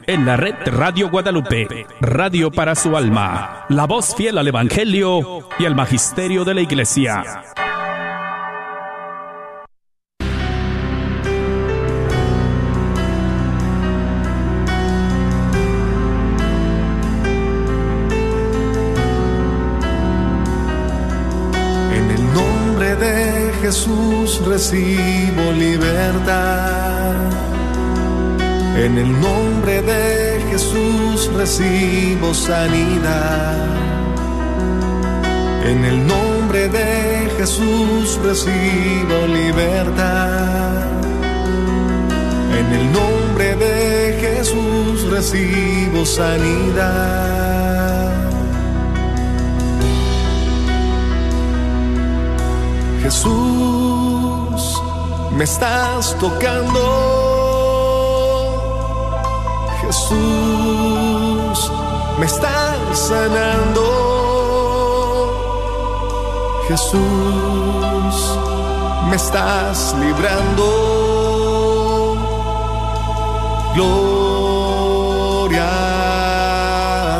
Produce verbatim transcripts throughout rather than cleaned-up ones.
en la red Radio Guadalupe, radio para su alma, la voz fiel al Evangelio y al magisterio de la Iglesia. En el nombre de Jesús recibo libertad. En el nombre de Jesús recibo sanidad. En el nombre de Jesús recibo libertad. En el nombre de Jesús recibo sanidad. Jesús, me estás tocando. Jesús, me estás sanando. Jesús, me estás librando. Gloria a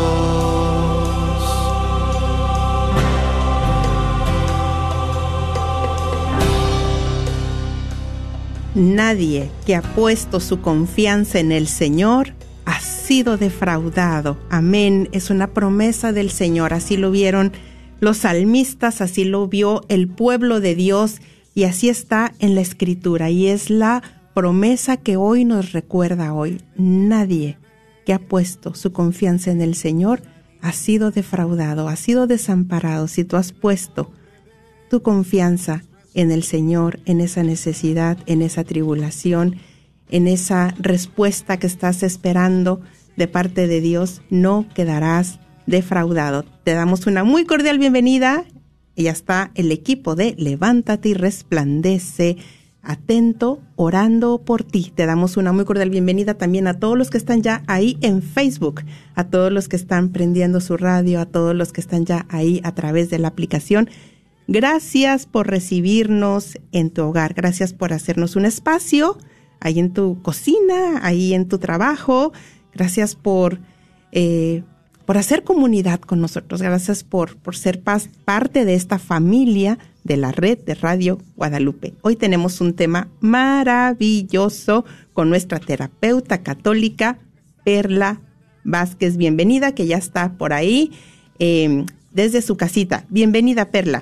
Dios. Nadie que ha puesto su confianza en el Señor ha sido defraudado. Amén. Es una promesa del Señor. Así lo vieron los salmistas, así lo vio el pueblo de Dios y así está en la Escritura. Y es la promesa que hoy nos recuerda hoy. Nadie que ha puesto su confianza en el Señor ha sido defraudado, ha sido desamparado. Si tú has puesto tu confianza en el Señor, en esa necesidad, en esa tribulación, en esa respuesta que estás esperando de parte de Dios, no quedarás defraudado. Te damos una muy cordial bienvenida. Y ya está el equipo de Levántate y Resplandece, atento, orando por ti. Te damos una muy cordial bienvenida también a todos los que están ya ahí en Facebook, a todos los que están prendiendo su radio, a todos los que están ya ahí a través de la aplicación. Gracias por recibirnos en tu hogar, gracias por hacernos un espacio ahí en tu cocina, ahí en tu trabajo. Gracias por eh, por hacer comunidad con nosotros. Gracias por, por ser pas, parte de esta familia de la red de Radio Guadalupe. Hoy tenemos un tema maravilloso con nuestra terapeuta católica, Perla Vázquez. Bienvenida, que ya está por ahí eh, desde su casita. Bienvenida, Perla.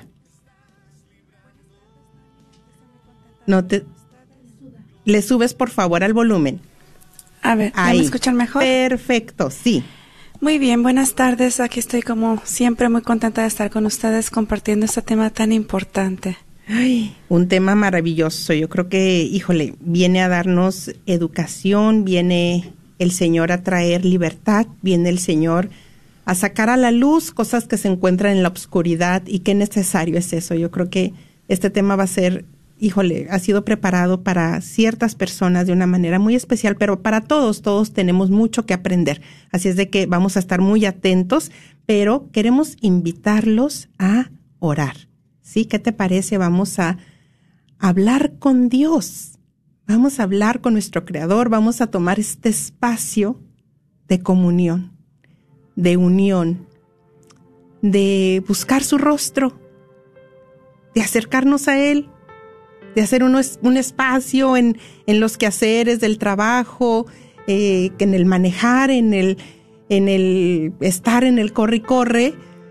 No te... Le subes, por favor, al volumen. A ver, ¿me escuchan mejor? Perfecto, sí. Muy bien, buenas tardes. Aquí estoy como siempre muy contenta de estar con ustedes compartiendo este tema tan importante. Ay, un tema maravilloso. Yo creo que, híjole, viene a darnos educación, viene el Señor a traer libertad, viene el Señor a sacar a la luz cosas que se encuentran en la oscuridad, y qué necesario es eso. Yo creo que este tema va a ser, híjole, ha sido preparado para ciertas personas de una manera muy especial, pero para todos, todos tenemos mucho que aprender. Así es de que vamos a estar muy atentos, pero queremos invitarlos a orar. ¿Sí? ¿Qué te parece? Vamos a hablar con Dios. Vamos a hablar con nuestro Creador. Vamos a tomar este espacio de comunión, de unión, de buscar su rostro, de acercarnos a Él, de hacer un, un espacio en, en los quehaceres del trabajo, eh, en el manejar, en el, en el estar en el corre y corre.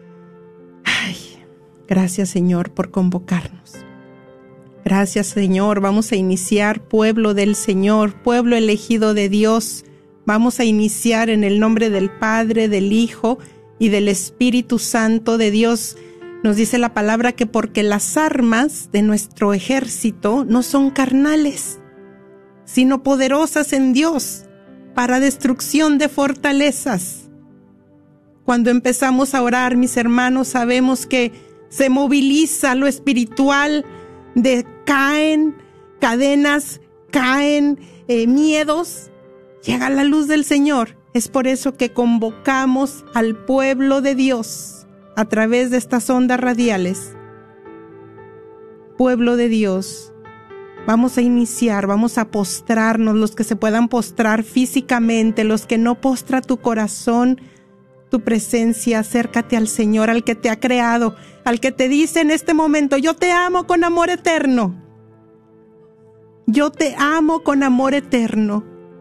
Ay, gracias, Señor, por convocarnos. Gracias, Señor. Vamos a iniciar, pueblo del Señor, pueblo elegido de Dios. Vamos a iniciar en el nombre del Padre, del Hijo y del Espíritu Santo de Dios. Nos dice la palabra que porque las armas de nuestro ejército no son carnales, sino poderosas en Dios para destrucción de fortalezas. Cuando empezamos a orar, mis hermanos, sabemos que se moviliza lo espiritual, de caen cadenas, caen eh, miedos, llega la luz del Señor. Es por eso que convocamos al pueblo de Dios a través de estas ondas radiales. Pueblo de Dios, Vamos a iniciar, vamos a postrarnos, los que se puedan postrar físicamente, los que no, postra tu corazón, tu presencia, acércate al Señor, al que te ha creado, al que te dice en este momento, yo te amo con amor eterno. Yo te amo con amor eterno.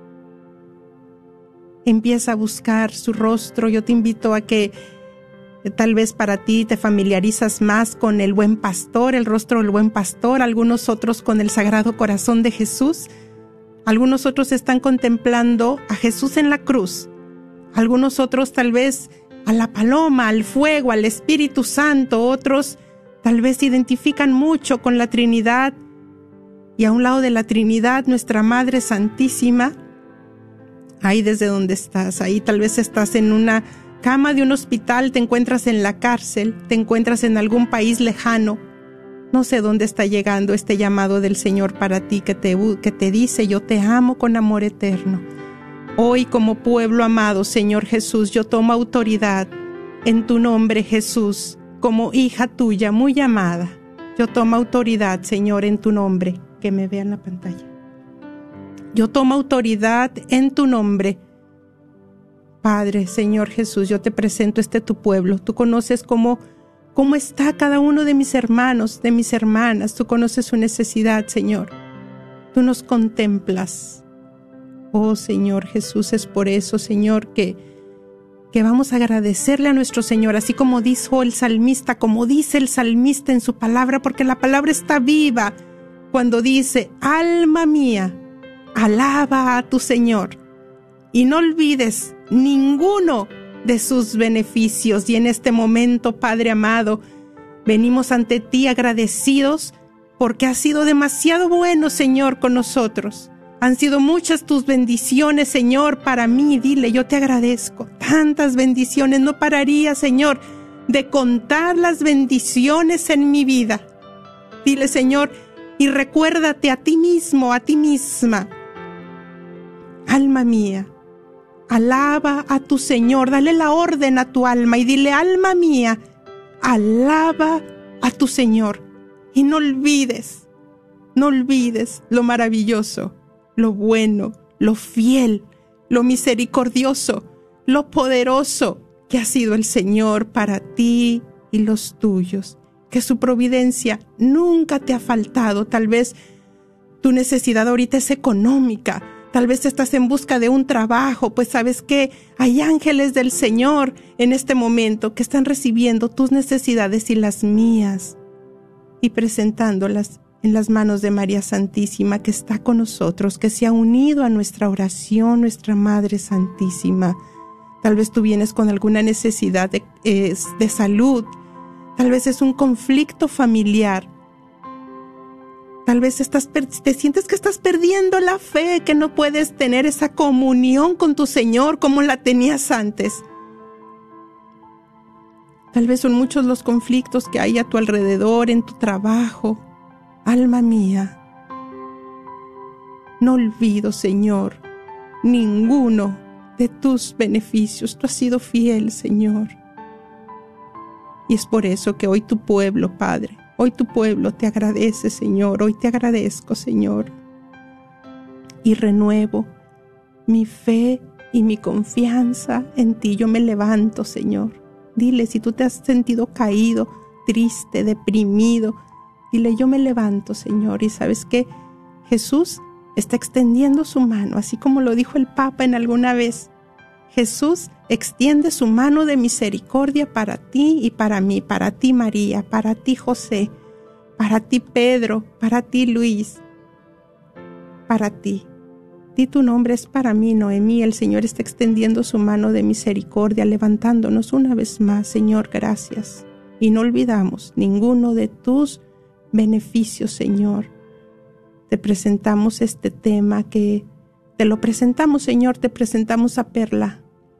Empieza a buscar su rostro. Yo te invito a que tal vez para ti te familiarizas más con el buen pastor, el rostro del buen pastor, algunos otros con el Sagrado Corazón de Jesús. Algunos otros están contemplando a Jesús en la cruz. Algunos otros tal vez a la paloma, al fuego, al Espíritu Santo. Otros tal vez se identifican mucho con la Trinidad. Y a un lado de la Trinidad, nuestra Madre Santísima. Ahí desde donde estás, ahí tal vez estás en una cama de un hospital, te encuentras en la cárcel, te encuentras en algún país lejano. No sé dónde está llegando este llamado del Señor para ti que te, que te dice, yo te amo con amor eterno. Hoy como pueblo amado, Señor Jesús, yo tomo autoridad en tu nombre, Jesús, como hija tuya muy amada. Yo tomo autoridad, Señor, en tu nombre. Que me vean la pantalla. Yo tomo autoridad en tu nombre. Padre, Señor Jesús, yo te presento este tu pueblo. Tú conoces cómo, cómo está cada uno de mis hermanos, de mis hermanas. Tú conoces su necesidad, Señor. Tú nos contemplas. Oh, Señor Jesús, es por eso, Señor, que, que vamos a agradecerle a nuestro Señor, así como dijo el salmista, como dice el salmista en su palabra, porque la palabra está viva. Cuando dice, alma mía, alaba a tu Señor y no olvides ninguno de sus beneficios. Y en este momento, Padre amado, venimos ante ti agradecidos porque has sido demasiado bueno, Señor, con nosotros. Han sido muchas tus bendiciones, Señor, para mí. Dile, yo te agradezco. Tantas bendiciones. No pararía, Señor, de contar las bendiciones en mi vida. Dile, Señor, y recuérdate a ti mismo, a ti misma. Alma mía, alaba a tu Señor. Dale la orden a tu alma y dile, alma mía, alaba a tu Señor. Y no olvides, no olvides lo maravilloso, lo bueno, lo fiel, lo misericordioso, lo poderoso que ha sido el Señor para ti y los tuyos. Que su providencia nunca te ha faltado. Tal vez tu necesidad ahorita es económica. Tal vez estás en busca de un trabajo. Pues sabes que hay ángeles del Señor en este momento que están recibiendo tus necesidades y las mías y presentándolas en las manos de María Santísima, que está con nosotros, que se ha unido a nuestra oración, nuestra Madre Santísima. Tal vez tú vienes con alguna necesidad de, eh, de salud. Tal vez es un conflicto familiar. Tal vez estás, te sientes que estás perdiendo la fe, que no puedes tener esa comunión con tu Señor como la tenías antes. Tal vez son muchos los conflictos que hay a tu alrededor, en tu trabajo. Alma mía, no olvido, Señor, ninguno de tus beneficios. Tú has sido fiel, Señor. Y es por eso que hoy tu pueblo, Padre, hoy tu pueblo te agradece, Señor. Hoy te agradezco, Señor. Y renuevo mi fe y mi confianza en ti. Yo me levanto, Señor. Dile, si tú te has sentido caído, triste, deprimido, dile, yo me levanto, Señor. Y sabes que Jesús está extendiendo su mano, así como lo dijo el Papa en alguna vez. Jesús extiende su mano de misericordia para ti y para mí, para ti María, para ti José, para ti Pedro, para ti Luis, para ti. Di tu nombre es para mí, Noemí. El Señor está extendiendo su mano de misericordia, levantándonos una vez más. Señor, gracias. Y no olvidamos ninguno de tus beneficios, Señor. Te presentamos este tema que te lo presentamos, Señor, te presentamos a Perla,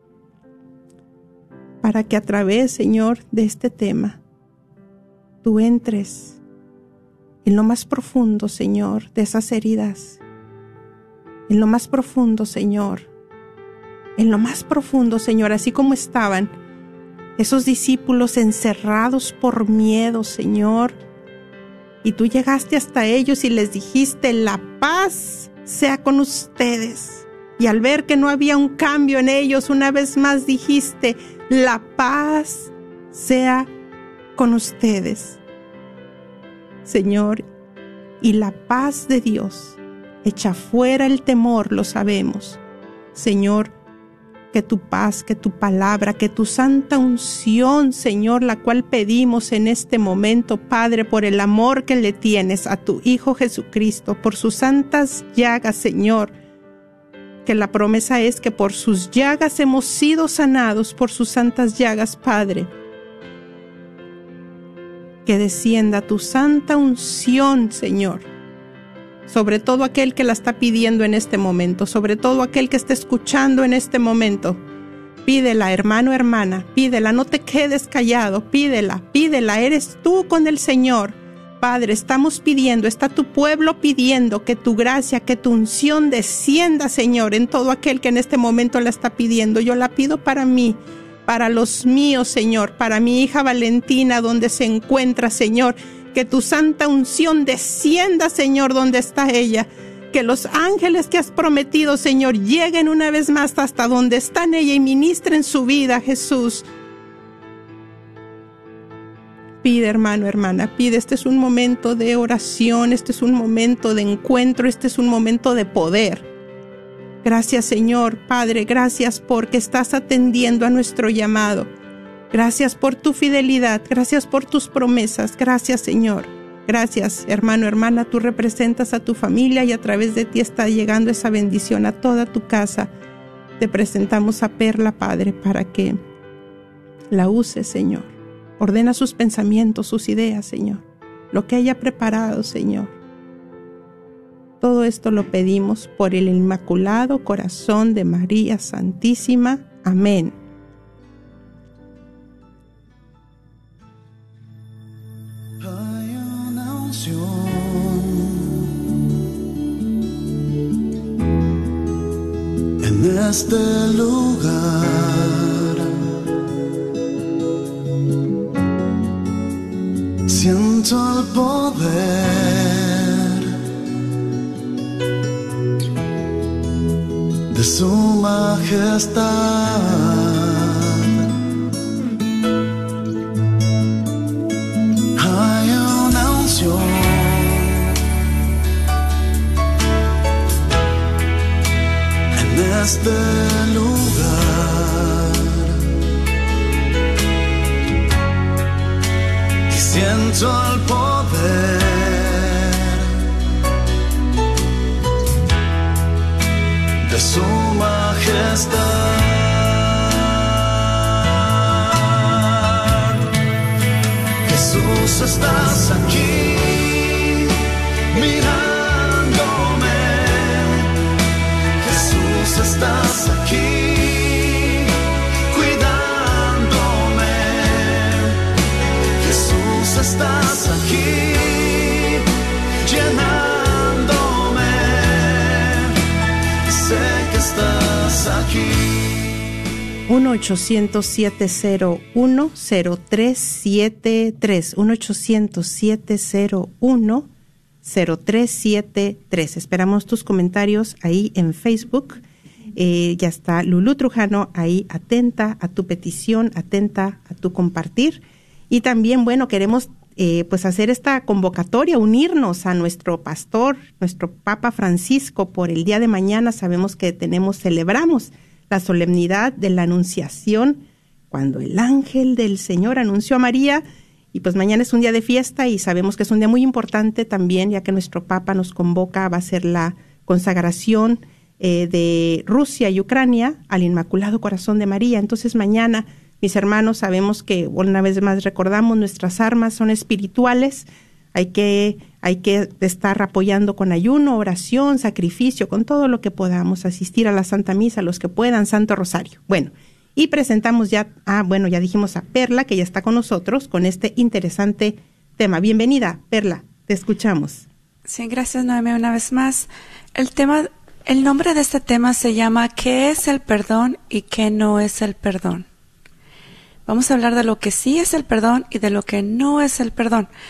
para que a través, Señor, de este tema, tú entres en lo más profundo, Señor, de esas heridas, en lo más profundo, Señor, en lo más profundo, Señor, así como estaban esos discípulos encerrados por miedo, Señor, Y tú llegaste hasta ellos y les dijiste, la paz sea con ustedes. Y al ver que no había un cambio en ellos, una vez más dijiste, la paz sea con ustedes. Señor, y la paz de Dios echa fuera el temor, lo sabemos. Señor, que tu paz, que tu palabra, que tu santa unción, Señor, la cual pedimos en este momento, Padre, por el amor que le tienes a tu Hijo Jesucristo, por sus santas llagas, Señor, que la promesa es que por sus llagas hemos sido sanados, por sus santas llagas, Padre. Que descienda tu santa unción, Señor, sobre todo aquel que la está pidiendo en este momento, sobre todo aquel que está escuchando en este momento. Pídela, hermano, hermana, pídela, no te quedes callado, pídela, pídela, eres tú con el Señor. Padre, estamos pidiendo, está tu pueblo pidiendo que tu gracia, que tu unción descienda, Señor, en todo aquel que en este momento la está pidiendo. Yo la pido para mí, para los míos, Señor, para mi hija Valentina, donde se encuentra, Señor. Que tu santa unción descienda, Señor, donde está ella. Que los ángeles que has prometido, Señor, lleguen una vez más hasta donde está ella y ministren su vida, Jesús. Pide, hermano, hermana, pide. Este es un momento de oración, este es un momento de encuentro, este es un momento de poder. Gracias, Señor, Padre, gracias porque estás atendiendo a nuestro llamado. Gracias por tu fidelidad, gracias por tus promesas, gracias, Señor. Gracias, hermano, hermana, tú representas a tu familia y a través de ti está llegando esa bendición a toda tu casa. Te presentamos a Perla, Padre, para que la uses, Señor. Ordena sus pensamientos, sus ideas, Señor. Lo que haya preparado, Señor. Todo esto lo pedimos por el Inmaculado Corazón de María Santísima. Amén. En este lugar siento el poder de su majestad. Hay una unción en este lugar y siento el poder de su majestad. Jesús, estás aquí mirándome. Jesús, estás aquí cuidándome. Jesús, estás aquí llenándome. Sé que estás aquí. uno ochocientos siete cero uno cero tres siete tres uno ochocientos siete cero uno cero tres siete tres. Esperamos tus comentarios ahí en Facebook. Eh, ya está Lulú Trujano ahí atenta a tu petición, atenta a tu compartir. Y también, bueno, queremos eh, pues hacer esta convocatoria, unirnos a nuestro pastor, nuestro Papa Francisco por el día de mañana. Sabemos que tenemos, celebramos la solemnidad de la Anunciación, cuando el ángel del Señor anunció a María, y pues mañana es un día de fiesta y sabemos que es un día muy importante también, ya que nuestro Papa nos convoca, va a ser la consagración eh, de Rusia y Ucrania al Inmaculado Corazón de María. Entonces mañana, mis hermanos, sabemos que una vez más recordamos, nuestras armas son espirituales, hay que, hay que estar apoyando con ayuno, oración, sacrificio, con todo lo que podamos, asistir a la Santa Misa, los que puedan, Santo Rosario. Bueno, y presentamos ya, ah, bueno, ya dijimos a Perla, que ya está con nosotros, con este interesante tema. Bienvenida, Perla, te escuchamos. Sí, gracias, Noemí, una vez más. El tema, el nombre de este tema se llama ¿qué es el perdón y qué no es el perdón? Vamos a hablar de lo que sí es el perdón y de lo que no es el perdón.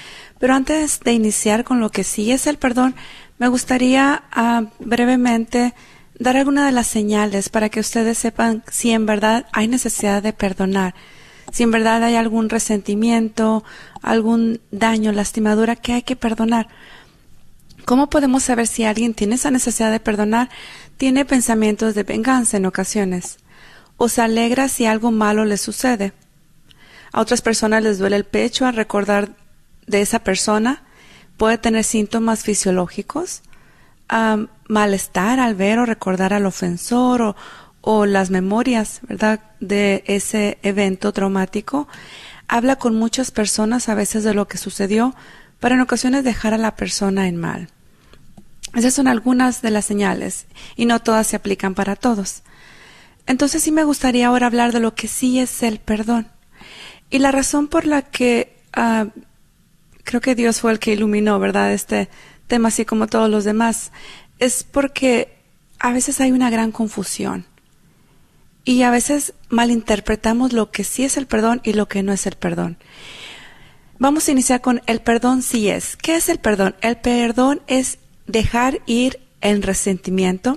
Pero antes de iniciar con lo que sí es el perdón, me gustaría uh, brevemente dar algunas de las señales para que ustedes sepan si en verdad hay necesidad de perdonar, si en verdad hay algún resentimiento, algún daño, lastimadura que hay que perdonar. ¿Cómo podemos saber si alguien tiene esa necesidad de perdonar? Tiene pensamientos de venganza en ocasiones, o se alegra si algo malo le sucede. A otras personas les duele el pecho al recordar de esa persona. Puede tener síntomas fisiológicos, um, malestar al ver o recordar al ofensor o, o las memorias, ¿verdad?, de ese evento traumático. Habla con muchas personas a veces de lo que sucedió para en ocasiones dejar a la persona en mal. Esas son algunas de las señales y no todas se aplican para todos. Entonces sí me gustaría ahora hablar de lo que sí es el perdón. Y la razón por la que uh, creo que Dios fue el que iluminó, ¿verdad?, este tema, así como todos los demás, es porque a veces hay una gran confusión y a veces malinterpretamos lo que sí es el perdón y lo que no es el perdón. Vamos a iniciar con el perdón sí es. ¿Qué es el perdón? El perdón es dejar ir el resentimiento,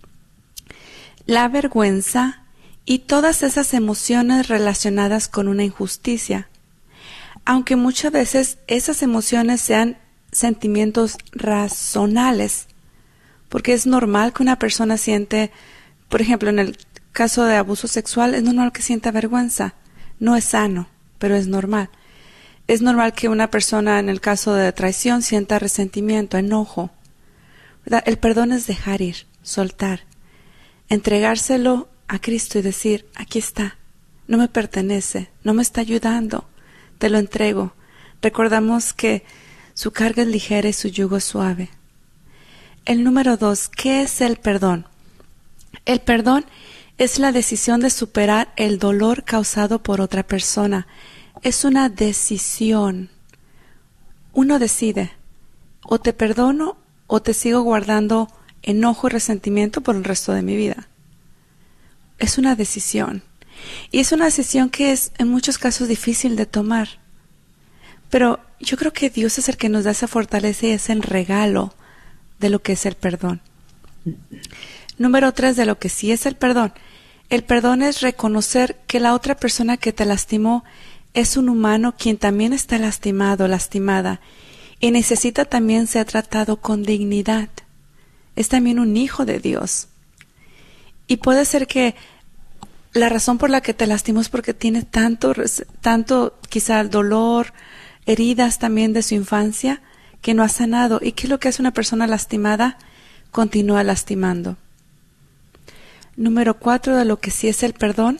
la vergüenza y todas esas emociones relacionadas con una injusticia. Aunque muchas veces esas emociones sean sentimientos racionales, porque es normal que una persona siente, por ejemplo, en el caso de abuso sexual, es normal que sienta vergüenza. No es sano, pero es normal. Es normal que una persona en el caso de traición sienta resentimiento, enojo, ¿verdad? El perdón es dejar ir, soltar, entregárselo a Cristo y decir, aquí está, no me pertenece, no me está ayudando. Te lo entrego. Recordamos que su carga es ligera y su yugo es suave. El número dos, ¿qué es el perdón? El perdón es la decisión de superar el dolor causado por otra persona. Es una decisión. Uno decide, o te perdono o te sigo guardando enojo y resentimiento por el resto de mi vida. Es una decisión. Y es una decisión que es en muchos casos difícil de tomar. Pero yo creo que Dios es el que nos da esa fortaleza y es el regalo de lo que es el perdón. Número tres, de lo que sí es el perdón. El perdón es reconocer que la otra persona que te lastimó es un humano quien también está lastimado, lastimada, y necesita también ser tratado con dignidad. Es también un hijo de Dios. Y puede ser que la razón por la que te lastimó es porque tiene tanto, tanto quizá dolor, heridas también de su infancia, que no ha sanado. ¿Y qué es lo que hace una persona lastimada? Continúa lastimando. Número cuatro, de lo que sí es el perdón,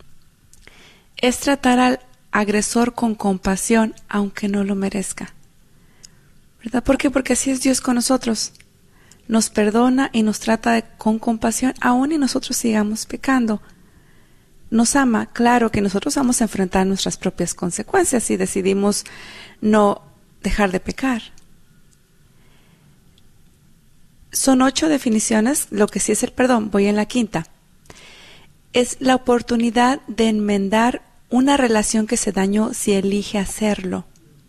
es tratar al agresor con compasión, aunque no lo merezca. ¿Verdad? ¿Por qué? Porque así es Dios con nosotros. Nos perdona y nos trata de, con compasión, aun y nosotros sigamos pecando. Nos ama, claro que nosotros vamos a enfrentar nuestras propias consecuencias si decidimos no dejar de pecar. Son ocho definiciones, lo que sí es el perdón. Voy en la quinta. Es la oportunidad de enmendar una relación que se dañó si elige hacerlo.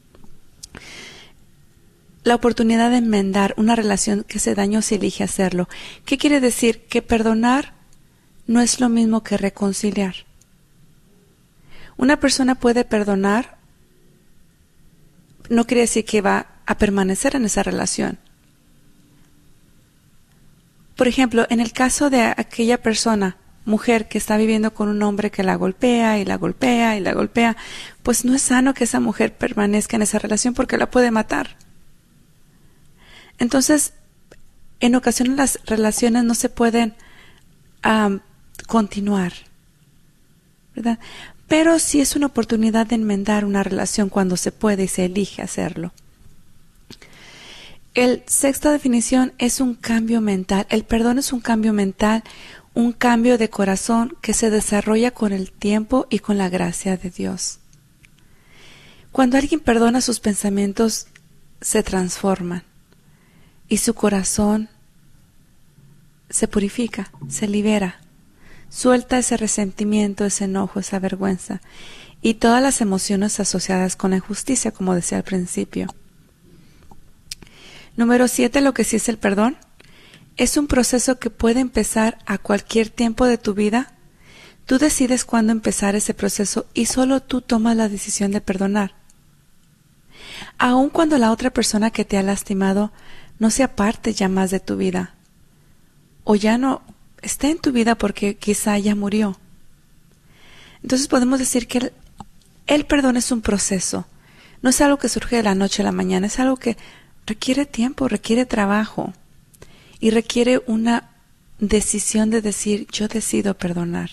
La oportunidad de enmendar una relación que se dañó si elige hacerlo. ¿Qué quiere decir? Que perdonar no es lo mismo que reconciliar. Una persona puede perdonar, no quiere decir que va a permanecer en esa relación. Por ejemplo, en el caso de aquella persona, mujer que está viviendo con un hombre que la golpea y la golpea y la golpea, pues no es sano que esa mujer permanezca en esa relación porque la puede matar. Entonces, en ocasiones las relaciones no se pueden um, continuar, ¿verdad? Pero sí es una oportunidad de enmendar una relación cuando se puede y se elige hacerlo. El sexta definición es un cambio mental. El perdón es un cambio mental, un cambio de corazón que se desarrolla con el tiempo y con la gracia de Dios. Cuando alguien perdona, sus pensamientos se transforman y su corazón se purifica, se libera, suelta ese resentimiento, ese enojo, esa vergüenza y todas las emociones asociadas con la injusticia, como decía al principio. Número siete, lo que sí es el perdón. Es un proceso que puede empezar a cualquier tiempo de tu vida. Tú decides cuándo empezar ese proceso y solo tú tomas la decisión de perdonar. Aun cuando la otra persona que te ha lastimado no sea parte ya más de tu vida, o ya no esté en tu vida porque quizá ya murió. Entonces podemos decir que el, el perdón es un proceso. No es algo que surge de la noche a la mañana, es algo que requiere tiempo, requiere trabajo y requiere una decisión de decir, yo decido perdonar.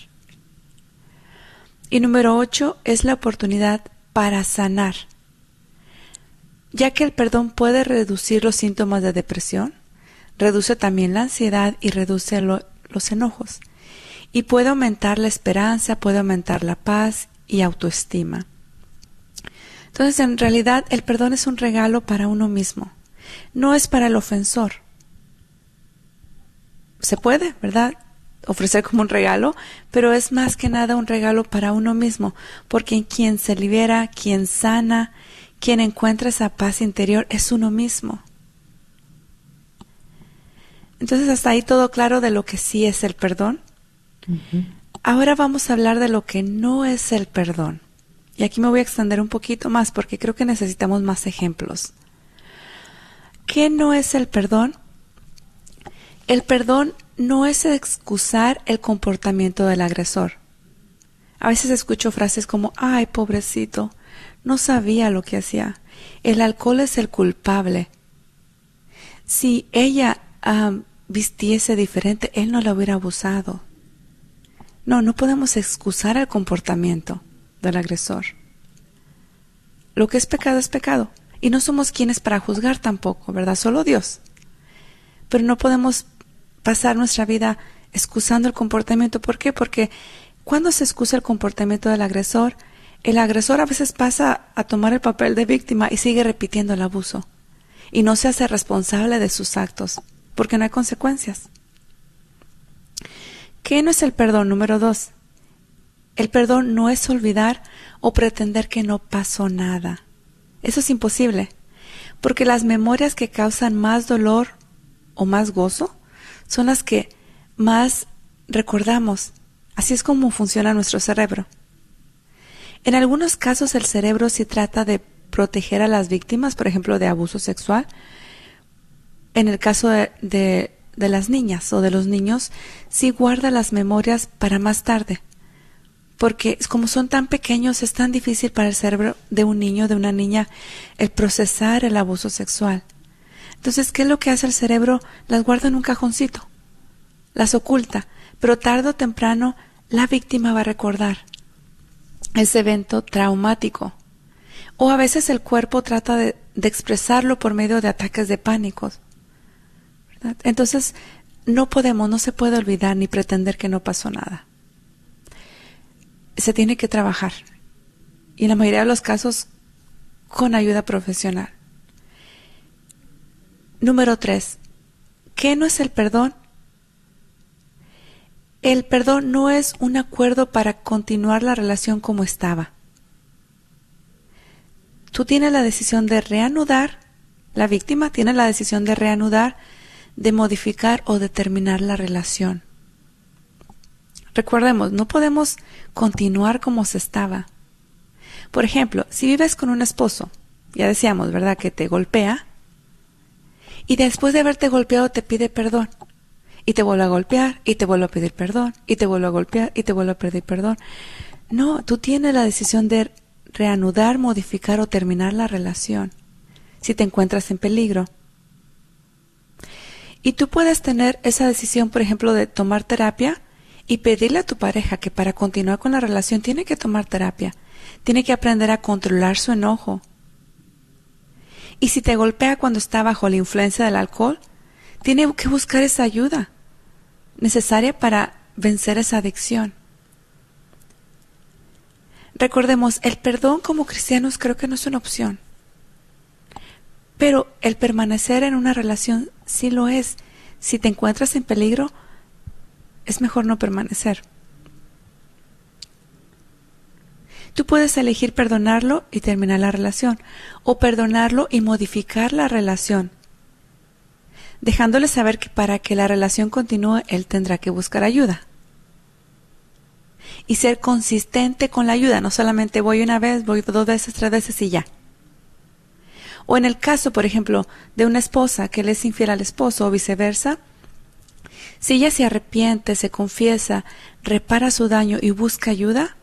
Y número ocho es la oportunidad para sanar. Ya que el perdón puede reducir los síntomas de depresión, reduce también la ansiedad y reduce lo, los enojos. Y puede aumentar la esperanza, puede aumentar la paz y autoestima. Entonces, en realidad, el perdón es un regalo para uno mismo. No es para el ofensor. Se puede, ¿verdad?, ofrecer como un regalo, pero es más que nada un regalo para uno mismo, porque quien se libera, quien sana, quien encuentra esa paz interior es uno mismo. Entonces, hasta ahí todo claro de lo que sí es el perdón. Uh-huh. Ahora vamos a hablar de lo que no es el perdón. Y aquí me voy a extender un poquito más porque creo que necesitamos más ejemplos. ¿Qué no es el perdón? El perdón no es excusar el comportamiento del agresor. A veces escucho frases como, ay, pobrecito, no sabía lo que hacía. El alcohol es el culpable. Si ella um, vistiese diferente, él no la hubiera abusado. No, no podemos excusar el comportamiento del agresor. Lo que es pecado es pecado. Y no somos quienes para juzgar tampoco, ¿verdad? Solo Dios. Pero no podemos pasar nuestra vida excusando el comportamiento. ¿Por qué? Porque cuando se excusa el comportamiento del agresor, el agresor a veces pasa a tomar el papel de víctima y sigue repitiendo el abuso. Y no se hace responsable de sus actos, porque no hay consecuencias. ¿Qué no es el perdón? Número dos. El perdón no es olvidar o pretender que no pasó nada. Eso es imposible, porque las memorias que causan más dolor o más gozo son las que más recordamos. Así es como funciona nuestro cerebro. En algunos casos el cerebro sí trata de proteger a las víctimas, por ejemplo, de abuso sexual. En el caso de, de, de las niñas o de los niños, sí guarda las memorias para más tarde. Porque como son tan pequeños, es tan difícil para el cerebro de un niño, de una niña, el procesar el abuso sexual. Entonces, ¿qué es lo que hace el cerebro? Las guarda en un cajoncito, las oculta, pero tarde o temprano la víctima va a recordar ese evento traumático. O a veces el cuerpo trata de, de expresarlo por medio de ataques de pánico, ¿verdad? Entonces, no podemos, no se puede olvidar ni pretender que no pasó nada. Se tiene que trabajar, y en la mayoría de los casos con ayuda profesional. Número tres. ¿Qué no es el perdón? El perdón no es un acuerdo para continuar la relación como estaba. Tú tienes la decisión de reanudar, la víctima tiene la decisión de reanudar, de modificar o de terminar la relación. Recordemos, no podemos continuar como se estaba. Por ejemplo, si vives con un esposo, ya decíamos, ¿verdad?, que te golpea, y después de haberte golpeado te pide perdón, y te vuelve a golpear, y te vuelve a pedir perdón, y te vuelve a golpear, y te vuelve a pedir perdón. No, tú tienes la decisión de reanudar, modificar o terminar la relación, si te encuentras en peligro. Y tú puedes tener esa decisión, por ejemplo, de tomar terapia, y pedirle a tu pareja que para continuar con la relación tiene que tomar terapia, tiene que aprender a controlar su enojo. Y si te golpea cuando está bajo la influencia del alcohol, tiene que buscar esa ayuda necesaria para vencer esa adicción. Recordemos, el perdón como cristianos creo que no es una opción, pero el permanecer en una relación sí lo es. Si te encuentras en peligro, es mejor no permanecer. Tú puedes elegir perdonarlo y terminar la relación, o perdonarlo y modificar la relación. dejándole saber que para que la relación continúe, él tendrá que buscar ayuda. Y ser consistente con la ayuda, no solamente voy una vez, voy dos veces, tres veces y ya. O en el caso, por ejemplo, de una esposa que le es infiel al esposo o viceversa, si ella se arrepiente, se confiesa, repara su daño y busca ayuda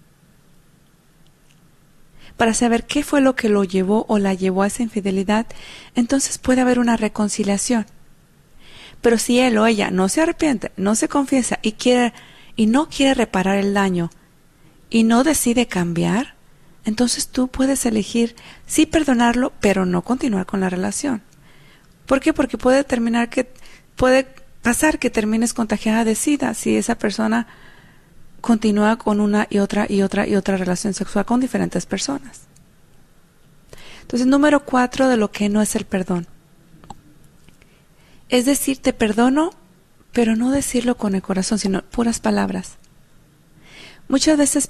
para saber qué fue lo que lo llevó o la llevó a esa infidelidad, entonces puede haber una reconciliación. Pero si él o ella no se arrepiente, no se confiesa y quiere y no quiere reparar el daño y no decide cambiar, entonces tú puedes elegir sí perdonarlo, pero no continuar con la relación. ¿Por qué? Porque puede terminar que puede pasar que termines contagiada de SIDA si esa persona continúa con una y otra y otra y otra relación sexual con diferentes personas. Entonces, número cuatro de lo que no es el perdón. Es decir, te perdono, pero no decirlo con el corazón, sino puras palabras. Muchas veces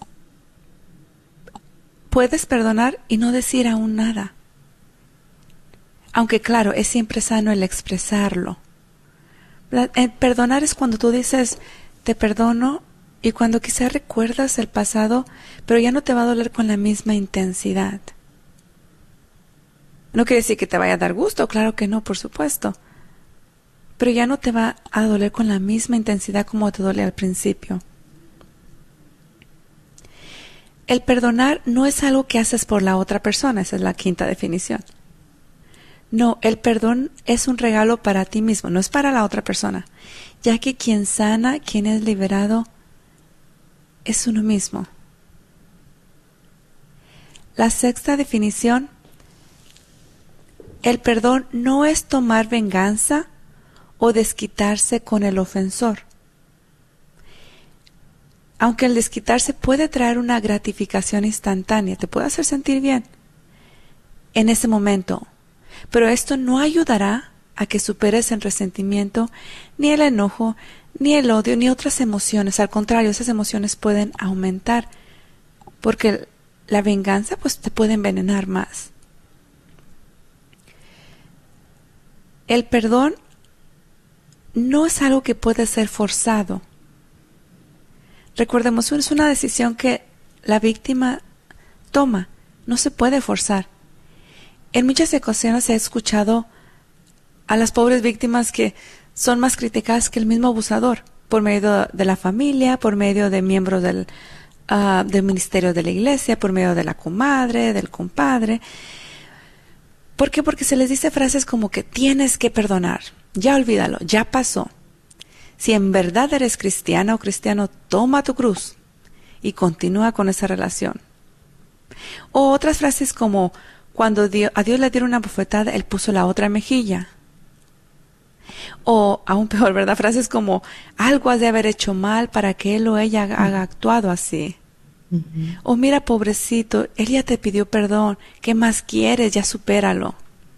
puedes perdonar y no decir aún nada. Aunque claro, es siempre sano el expresarlo. El perdonar es cuando tú dices, te perdono, y cuando quizás recuerdas el pasado, pero ya no te va a doler con la misma intensidad. No quiere decir que te vaya a dar gusto, claro que no, por supuesto. Pero ya no te va a doler con la misma intensidad como te duele al principio. El perdonar no es algo que haces por la otra persona, esa es la quinta definición. No, el perdón es un regalo para ti mismo, no es para la otra persona, ya que quien sana, quien es liberado, es uno mismo. La sexta definición, el perdón no es tomar venganza o desquitarse con el ofensor. Aunque el desquitarse puede traer una gratificación instantánea, te puede hacer sentir bien en ese momento, pero esto no ayudará a que superes el resentimiento, ni el enojo, ni el odio, ni otras emociones. Al contrario, esas emociones pueden aumentar, porque la venganza pues te puede envenenar más. El perdón no es algo que puede ser forzado. Recordemos, es una decisión que la víctima toma, no se puede forzar. En muchas ocasiones he escuchado a las pobres víctimas que son más criticadas que el mismo abusador, por medio de la familia, por medio de miembros del, uh, del ministerio de la iglesia, por medio de la comadre, del compadre. ¿Por qué? Porque se les dice frases como que tienes que perdonar, ya olvídalo, ya pasó. Si en verdad eres cristiana o cristiano, toma tu cruz y continúa con esa relación. O otras frases como, cuando Dios, a Dios le dieron una bofetada, Él puso la otra mejilla. O, aún peor, ¿verdad? Frases como, algo has de haber hecho mal para que él o ella haga, haga actuado así. Uh-huh. O mira, pobrecito, él ya te pidió perdón, ¿qué más quieres? Ya supéralo.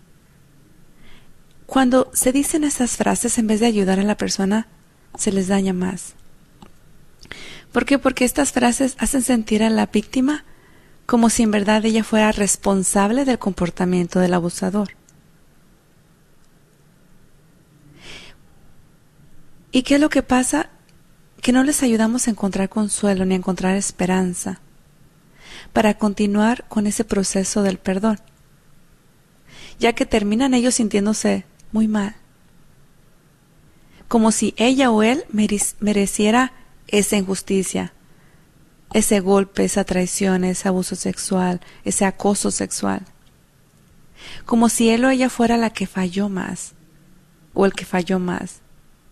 Cuando se dicen esas frases, en vez de ayudar a la persona, se les daña más. ¿Por qué? Porque estas frases hacen sentir a la víctima como si en verdad ella fuera responsable del comportamiento del abusador. ¿Y qué es lo que pasa? Que no les ayudamos a encontrar consuelo ni a encontrar esperanza para continuar con ese proceso del perdón, ya que terminan ellos sintiéndose muy mal, como si ella o él mereciera esa injusticia, ese golpe, esa traición, ese abuso sexual, ese acoso sexual, como si él o ella fuera la que falló más o el que falló más,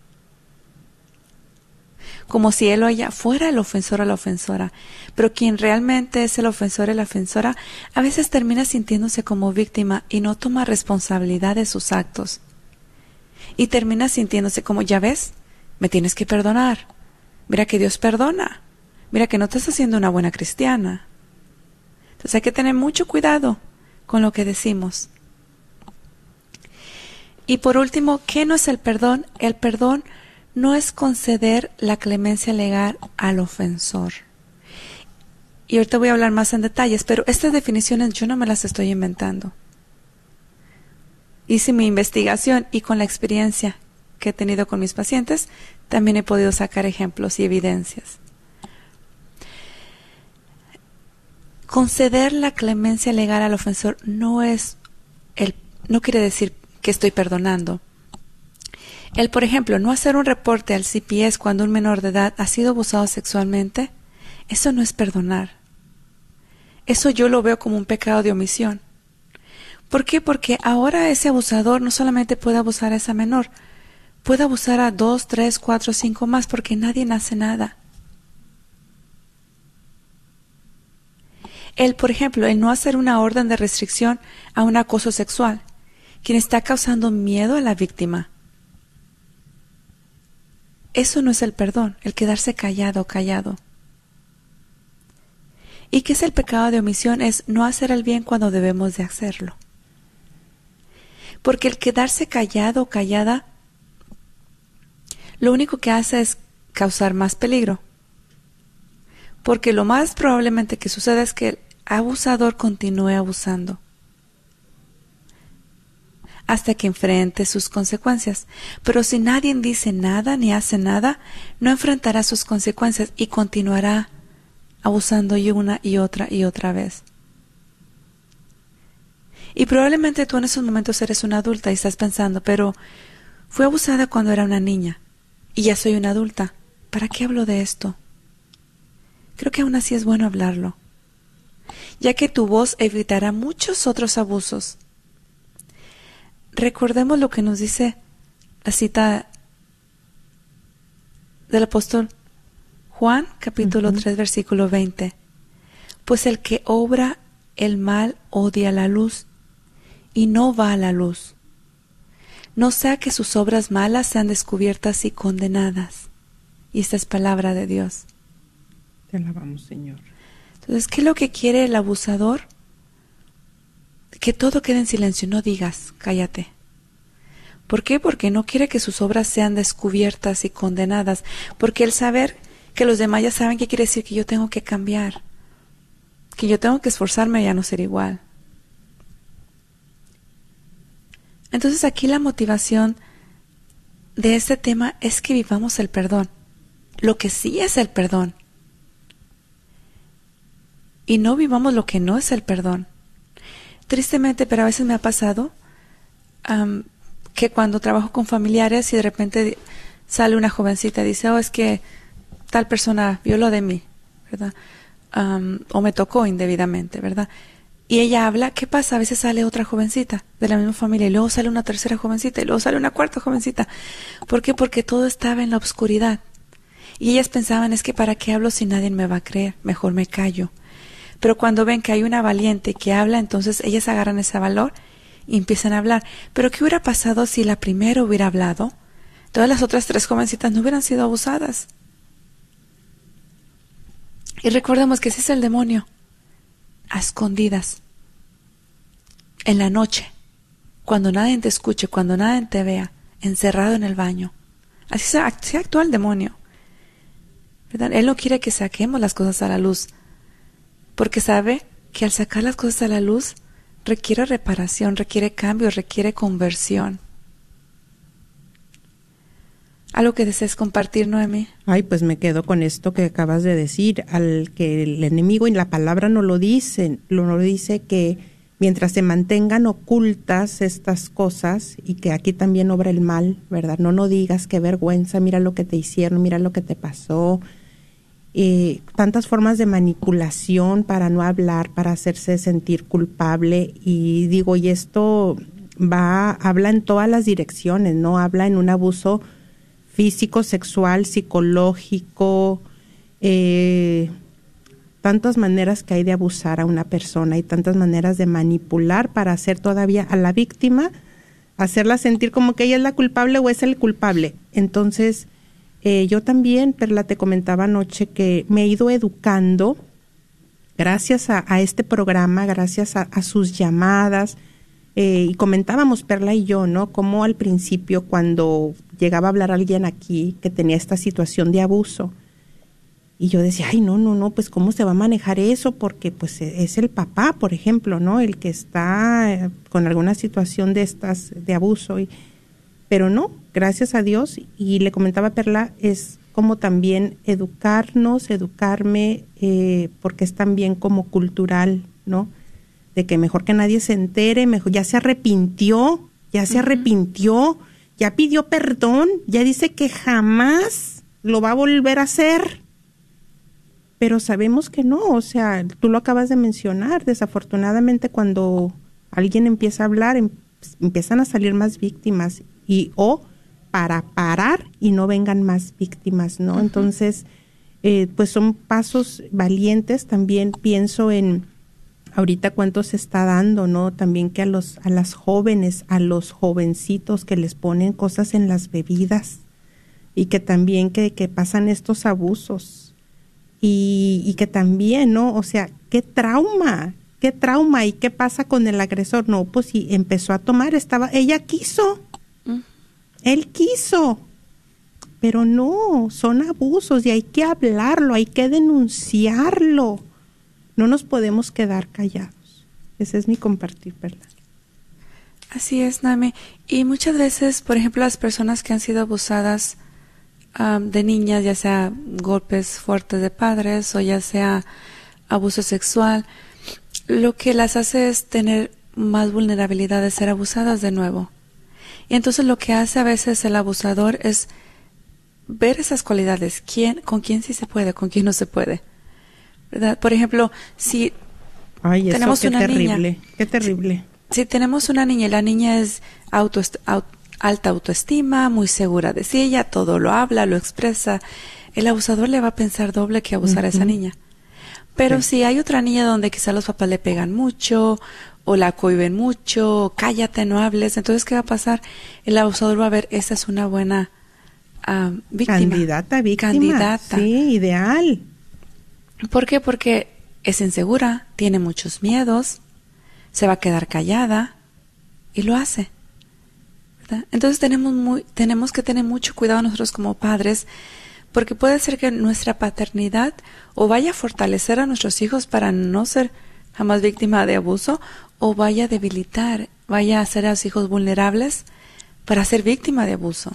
como si él o ella fuera el ofensor o la ofensora, pero quien realmente es el ofensor o la ofensora a veces termina sintiéndose como víctima y no toma responsabilidad de sus actos. Y termina sintiéndose como, ya ves, me tienes que perdonar. Mira que Dios perdona. Mira que no estás haciendo una buena cristiana. Entonces hay que tener mucho cuidado con lo que decimos. Y por último, ¿qué no es el perdón? El perdón no es conceder la clemencia legal al ofensor. Y ahorita voy a hablar más en detalles, pero estas definiciones yo no me las estoy inventando. hice mi investigación y con la experiencia que he tenido con mis pacientes, también he podido sacar ejemplos y evidencias. Conceder la clemencia legal al ofensor no es el, no quiere decir que estoy perdonando. El, por ejemplo, no hacer un reporte al C P S cuando un menor de edad ha sido abusado sexualmente, eso no es perdonar. Eso yo lo veo como un pecado de omisión. ¿Por qué? Porque ahora ese abusador no solamente puede abusar a esa menor, puede abusar a dos, tres, cuatro, cinco más, porque nadie hace nada. El, por ejemplo, el no hacer una orden de restricción a un acoso sexual, quien está causando miedo a la víctima. Eso no es el perdón, el quedarse callado o callado. ¿Y qué es el pecado de omisión? Es no hacer el bien cuando debemos de hacerlo. Porque el quedarse callado o callada, lo único que hace es causar más peligro. Porque lo más probablemente que suceda es que el abusador continúe abusando hasta que enfrente sus consecuencias. Pero si nadie dice nada ni hace nada, no enfrentará sus consecuencias y continuará abusando y una y otra y otra vez. Y probablemente tú en esos momentos eres una adulta y estás pensando, pero fui abusada cuando era una niña y ya soy una adulta. ¿Para qué hablo de esto? Creo que aún así es bueno hablarlo, ya que tu voz evitará muchos otros abusos. Recordemos lo que nos dice la cita del apóstol Juan, capítulo uh-huh. tres, versículo veinte. Pues el que obra el mal odia la luz y no va a la luz, no sea que sus obras malas sean descubiertas y condenadas. Y esta es palabra de Dios. Te alabamos, Señor. Entonces, ¿qué es lo que quiere el abusador? Que todo quede en silencio, no digas, cállate. ¿Por qué? Porque no quiere que sus obras sean descubiertas y condenadas. Porque el saber que los demás ya saben qué quiere decir que yo tengo que cambiar, que yo tengo que esforzarme a ya no ser igual. Entonces aquí la motivación de este tema es que vivamos el perdón. Lo que sí es el perdón. Y no vivamos lo que no es el perdón. Tristemente, pero a veces me ha pasado um, que cuando trabajo con familiares y de repente sale una jovencita y dice, oh, es que tal persona violó de mí, ¿verdad? Um, o me tocó indebidamente, ¿verdad? Y ella habla, ¿qué pasa? A veces sale otra jovencita de la misma familia y luego sale una tercera jovencita y luego sale una cuarta jovencita. ¿Por qué? Porque todo estaba en la oscuridad. Y ellas pensaban, es que ¿para qué hablo si nadie me va a creer? Mejor me callo. Pero cuando ven que hay una valiente que habla, entonces ellas agarran ese valor y empiezan a hablar. Pero ¿qué hubiera pasado si la primera hubiera hablado? Todas las otras tres jovencitas no hubieran sido abusadas. Y recordemos que ese es el demonio, a escondidas, en la noche, cuando nadie te escuche, cuando nadie te vea, encerrado en el baño. Así se, así actúa el demonio, ¿verdad? Él no quiere que saquemos las cosas a la luz, porque sabe que al sacar las cosas a la luz requiere reparación, requiere cambio, requiere conversión. ¿Algo que desees compartir, Noemí? Ay, pues me quedo con esto que acabas de decir, al que el enemigo y la palabra no lo dicen, lo dice que mientras se mantengan ocultas estas cosas y que aquí también obra el mal, ¿verdad? No, no digas qué vergüenza, mira lo que te hicieron, mira lo que te pasó. Eh, tantas formas de manipulación para no hablar, para hacerse sentir culpable, y digo, y esto va, habla en todas las direcciones, ¿no? Habla en un abuso físico, sexual, psicológico, eh, tantas maneras que hay de abusar a una persona y tantas maneras de manipular para hacer todavía a la víctima, hacerla sentir como que ella es la culpable o es el culpable. Entonces, eh, yo también, Perla, te comentaba anoche que me he ido educando gracias a, a este programa, gracias a, a sus llamadas, eh, y comentábamos Perla y yo, ¿no? Como al principio cuando llegaba a hablar alguien aquí que tenía esta situación de abuso, Y yo decía, ay, no, no, no, pues ¿cómo se va a manejar eso? Porque pues es el papá, por ejemplo, ¿no? El que está con alguna situación de estas, de abuso. Y, pero no, gracias a Dios. Y le comentaba a Perla, es como también educarnos, educarme, eh, porque es también como cultural, ¿no? De que mejor que nadie se entere, mejor ya se arrepintió, ya se uh-huh. arrepintió, ya pidió perdón, ya dice que jamás lo va a volver a hacer. Pero sabemos que no, o sea, tú lo acabas de mencionar, desafortunadamente cuando alguien empieza a hablar, em, empiezan a salir más víctimas y o para parar y no vengan más víctimas, ¿no? Uh-huh. Entonces, eh, pues son pasos valientes. También pienso en ahorita cuánto se está dando, ¿no? También que a los a las jóvenes, a los jovencitos que les ponen cosas en las bebidas y que también que, que pasan estos abusos. Y, y que también, ¿no? O sea, qué trauma, qué trauma. ¿Y qué pasa con el agresor? No, pues si empezó a tomar, estaba, ella quiso, mm. él quiso, pero no, son abusos y hay que hablarlo, hay que denunciarlo. No nos podemos quedar callados. Ese es mi compartir, ¿verdad? Así es, Noemi. Y muchas veces, por ejemplo, las personas que han sido abusadas Um, de niñas, ya sea golpes fuertes de padres o ya sea abuso sexual, lo que las hace es tener más vulnerabilidad de ser abusadas de nuevo. Y entonces lo que hace a veces el abusador es ver esas cualidades, quién, con quién sí se puede, con quién no se puede, ¿verdad? Por ejemplo, si Ay, tenemos eso, qué una terrible, niña, qué terrible. Si, si tenemos una niña y la niña es auto, auto alta autoestima, muy segura de sí, ella todo lo habla, lo expresa, el abusador le va a pensar doble que abusar uh-huh. a esa niña. Pero sí. si hay otra niña donde quizá los papás le pegan mucho o la cohíben mucho, cállate, no hables, entonces ¿qué va a pasar? El abusador va a ver, esa es una buena uh, víctima. Candidata, víctima. Candidata. Sí, ideal. ¿Por qué? Porque es insegura, tiene muchos miedos, se va a quedar callada y lo hace. Entonces tenemos muy, tenemos que tener mucho cuidado nosotros como padres, porque puede ser que nuestra paternidad o vaya a fortalecer a nuestros hijos para no ser jamás víctima de abuso, o vaya a debilitar, vaya a hacer a los hijos vulnerables para ser víctima de abuso.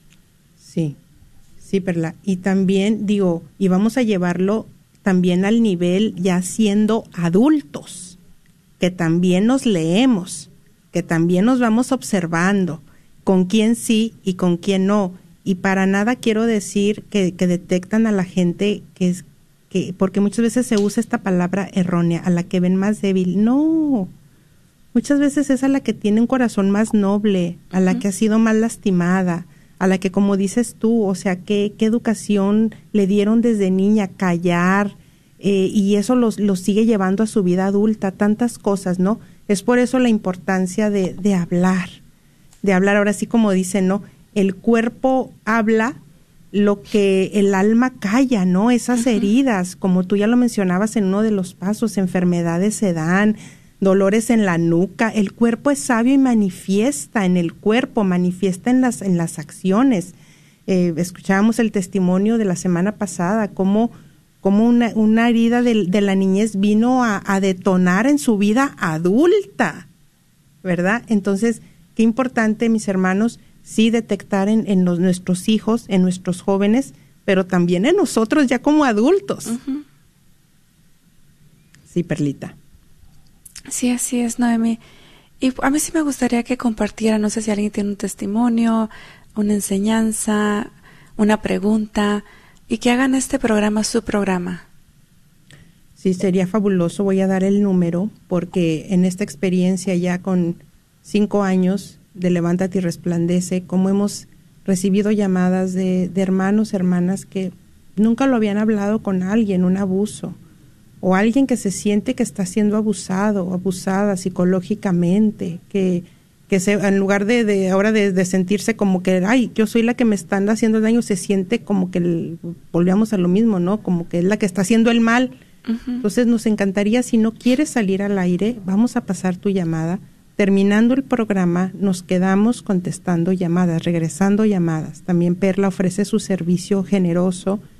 Sí, sí, Perla. Y también digo, y vamos a llevarlo también al nivel ya siendo adultos, que también nos leemos, que también nos vamos observando con quién sí y con quién no. Y para nada quiero decir que, que detectan a la gente que es que, porque muchas veces se usa esta palabra errónea, a la que ven más débil. No, muchas veces es a la que tiene un corazón más noble, a la uh-huh. que ha sido más lastimada, a la que, como dices tú, o sea, qué, qué educación le dieron desde niña, callar, eh, y eso los, los sigue llevando a su vida adulta, tantas cosas, ¿no? Es por eso la importancia de, de hablar. de hablar, ahora sí como dicen, ¿no? El cuerpo habla lo que el alma calla, ¿no? Esas uh-huh. heridas, como tú ya lo mencionabas en uno de los pasos, enfermedades se dan, dolores en la nuca, el cuerpo es sabio y manifiesta en el cuerpo, manifiesta en las, en las acciones. Eh, escuchábamos el testimonio de la semana pasada, cómo, cómo una, una herida de, de la niñez vino a, a detonar en su vida adulta, ¿verdad? Entonces, qué importante, mis hermanos, sí detectar en, en los, nuestros hijos, en nuestros jóvenes, pero también en nosotros ya como adultos. Uh-huh. Sí, Perlita. Sí, así es, Noemi. Y a mí sí me gustaría que compartiera, no sé si alguien tiene un testimonio, una enseñanza, una pregunta, y que hagan este programa su programa. Sí, sería fabuloso. Voy a dar el número, porque en esta experiencia ya con cinco años de Levántate y Resplandece, como hemos recibido llamadas de, de hermanos, hermanas que nunca lo habían hablado con alguien, un abuso, o alguien que se siente que está siendo abusado o abusada psicológicamente, que, que se, en lugar de, de ahora de, de sentirse como que, ay, yo soy la que me están haciendo daño, se siente como que, el, volvemos a lo mismo, ¿no? Como que es la que está haciendo el mal. Uh-huh. Entonces nos encantaría, si no quieres salir al aire, vamos a pasar tu llamada. Terminando el programa, nos quedamos contestando llamadas, regresando llamadas. También Perla ofrece su servicio generoso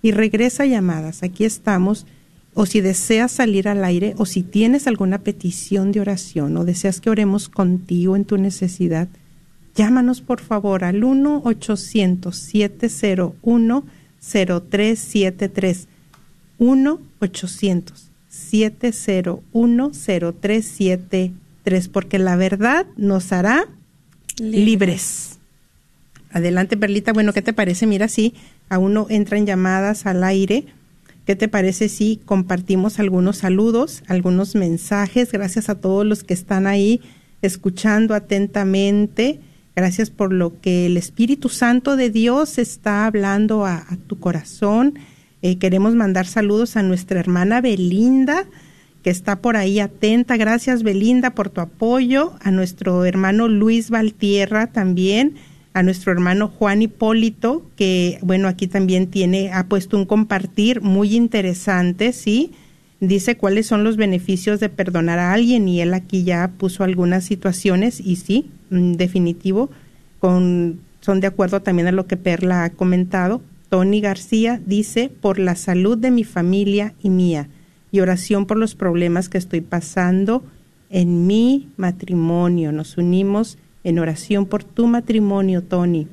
y regresa llamadas. Aquí estamos. O si deseas salir al aire, o si tienes alguna petición de oración, o deseas que oremos contigo en tu necesidad, llámanos por favor al uno ochocientos, siete cero uno, cero tres siete tres. uno ochocientos, siete cero uno, cero tres siete tres, porque la verdad nos hará libres. libres. Adelante, Perlita. Bueno, ¿qué te parece? Mira, sí, aún no entran llamadas al aire. ¿Qué te parece si compartimos algunos saludos, algunos mensajes? Gracias a todos los que están ahí escuchando atentamente. Gracias por lo que el Espíritu Santo de Dios está hablando a, a tu corazón. Eh, queremos mandar saludos a nuestra hermana Belinda, que está por ahí atenta. Gracias, Belinda, por tu apoyo. A nuestro hermano Luis Valtierra también. A nuestro hermano Juan Hipólito, que, bueno, aquí también tiene, ha puesto un compartir muy interesante, ¿sí? Dice cuáles son los beneficios de perdonar a alguien, y él aquí ya puso algunas situaciones, y sí, definitivo, con, son de acuerdo también a lo que Perla ha comentado. Tony García dice, por la salud de mi familia y mía, y oración por los problemas que estoy pasando en mi matrimonio. Nos unimos en oración por tu matrimonio, Tony.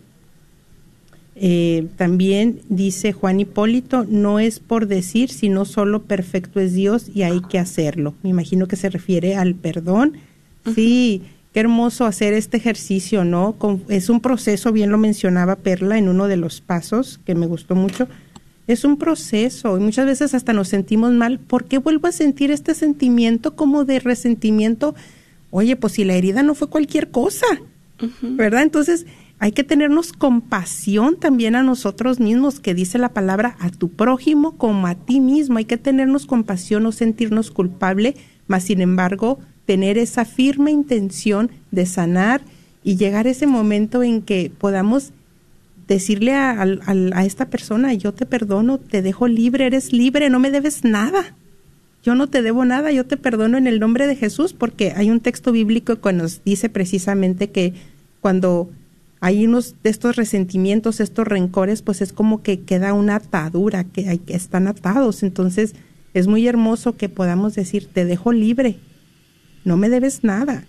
Eh, también dice Juan Hipólito, no es por decir, sino solo perfecto es Dios y hay que hacerlo. Me imagino que se refiere al perdón. Uh-huh. Sí, qué hermoso hacer este ejercicio, ¿no? Con, es un proceso, bien lo mencionaba Perla en uno de los pasos, que me gustó mucho. Es un proceso y muchas veces hasta nos sentimos mal. ¿Por qué vuelvo a sentir este sentimiento como de resentimiento? Oye, pues si la herida no fue cualquier cosa, uh-huh. ¿verdad? Entonces hay que tenernos compasión también a nosotros mismos, que dice la palabra, a tu prójimo como a ti mismo. Hay que tenernos compasión, no sentirnos culpable, mas sin embargo tener esa firme intención de sanar y llegar a ese momento en que podamos decirle a, a, a esta persona, yo te perdono, te dejo libre, eres libre, no me debes nada. Yo no te debo nada, yo te perdono en el nombre de Jesús, porque hay un texto bíblico que nos dice precisamente que cuando hay unos de estos resentimientos, estos rencores, pues es como que queda una atadura, que, hay, que están atados. Entonces es muy hermoso que podamos decir, te dejo libre, no me debes nada.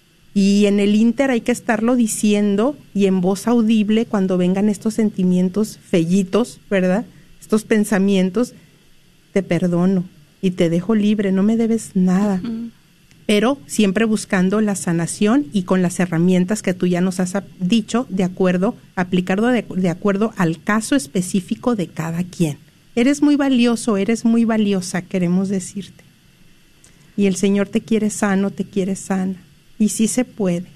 Y en el ínter hay que estarlo diciendo y en voz audible cuando vengan estos sentimientos fellitos, ¿verdad? Estos pensamientos, te perdono y te dejo libre, no me debes nada. Uh-huh. Pero siempre buscando la sanación y con las herramientas que tú ya nos has dicho, de acuerdo, aplicarlo de, de acuerdo al caso específico de cada quien. Eres muy valioso, eres muy valiosa, queremos decirte. Y el Señor te quiere sano, te quiere sana. Y sí se puede.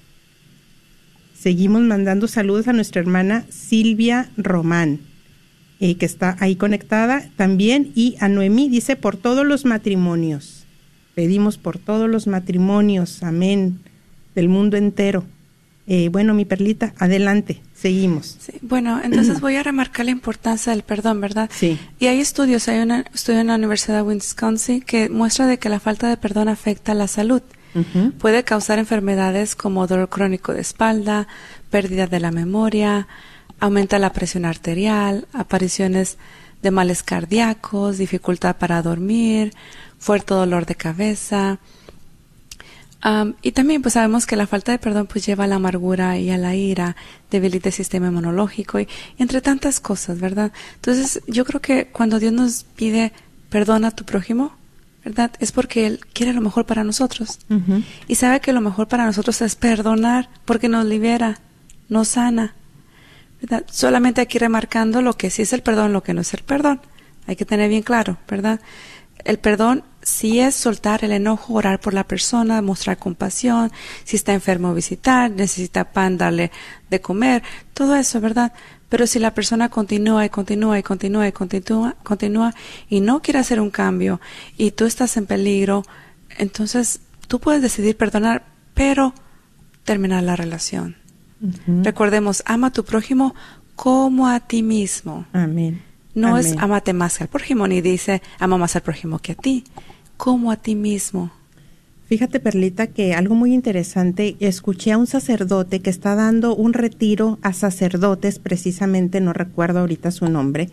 Seguimos mandando saludos a nuestra hermana Silvia Román, eh, que está ahí conectada también, y a Noemí, dice, por todos los matrimonios. Pedimos por todos los matrimonios, amén, del mundo entero. Eh, bueno, mi Perlita, adelante, seguimos. Sí, bueno, entonces voy a remarcar la importancia del perdón, ¿verdad? Sí. Y hay estudios, hay un estudio en la Universidad de Wisconsin que muestra de que la falta de perdón afecta a la salud. Uh-huh. Puede causar enfermedades como dolor crónico de espalda, pérdida de la memoria, aumenta la presión arterial, apariciones de males cardíacos, dificultad para dormir, fuerte dolor de cabeza. Um, y también pues sabemos que la falta de perdón pues lleva a la amargura y a la ira, debilita el sistema inmunológico y, y entre tantas cosas, ¿verdad? Entonces yo creo que cuando Dios nos pide perdona a tu prójimo, ¿verdad? Es porque Él quiere lo mejor para nosotros. Uh-huh. Y sabe que lo mejor para nosotros es perdonar, porque nos libera, nos sana, ¿verdad? Solamente aquí remarcando lo que sí es el perdón, lo que no es el perdón. Hay que tener bien claro, ¿verdad? El perdón sí es soltar el enojo, orar por la persona, mostrar compasión, si está enfermo visitar, necesita pan, darle de comer, todo eso, ¿verdad? Pero si la persona continúa y continúa y continúa y continúa, continúa y no quiere hacer un cambio y tú estás en peligro, entonces tú puedes decidir perdonar, pero terminar la relación. Uh-huh. Recordemos, ama a tu prójimo como a ti mismo. Amén. No Amén. Es amate más que al prójimo, ni dice ama más al prójimo que a ti, como a ti mismo. Fíjate, Perlita, que algo muy interesante, escuché a un sacerdote que está dando un retiro a sacerdotes, precisamente, no recuerdo ahorita su nombre,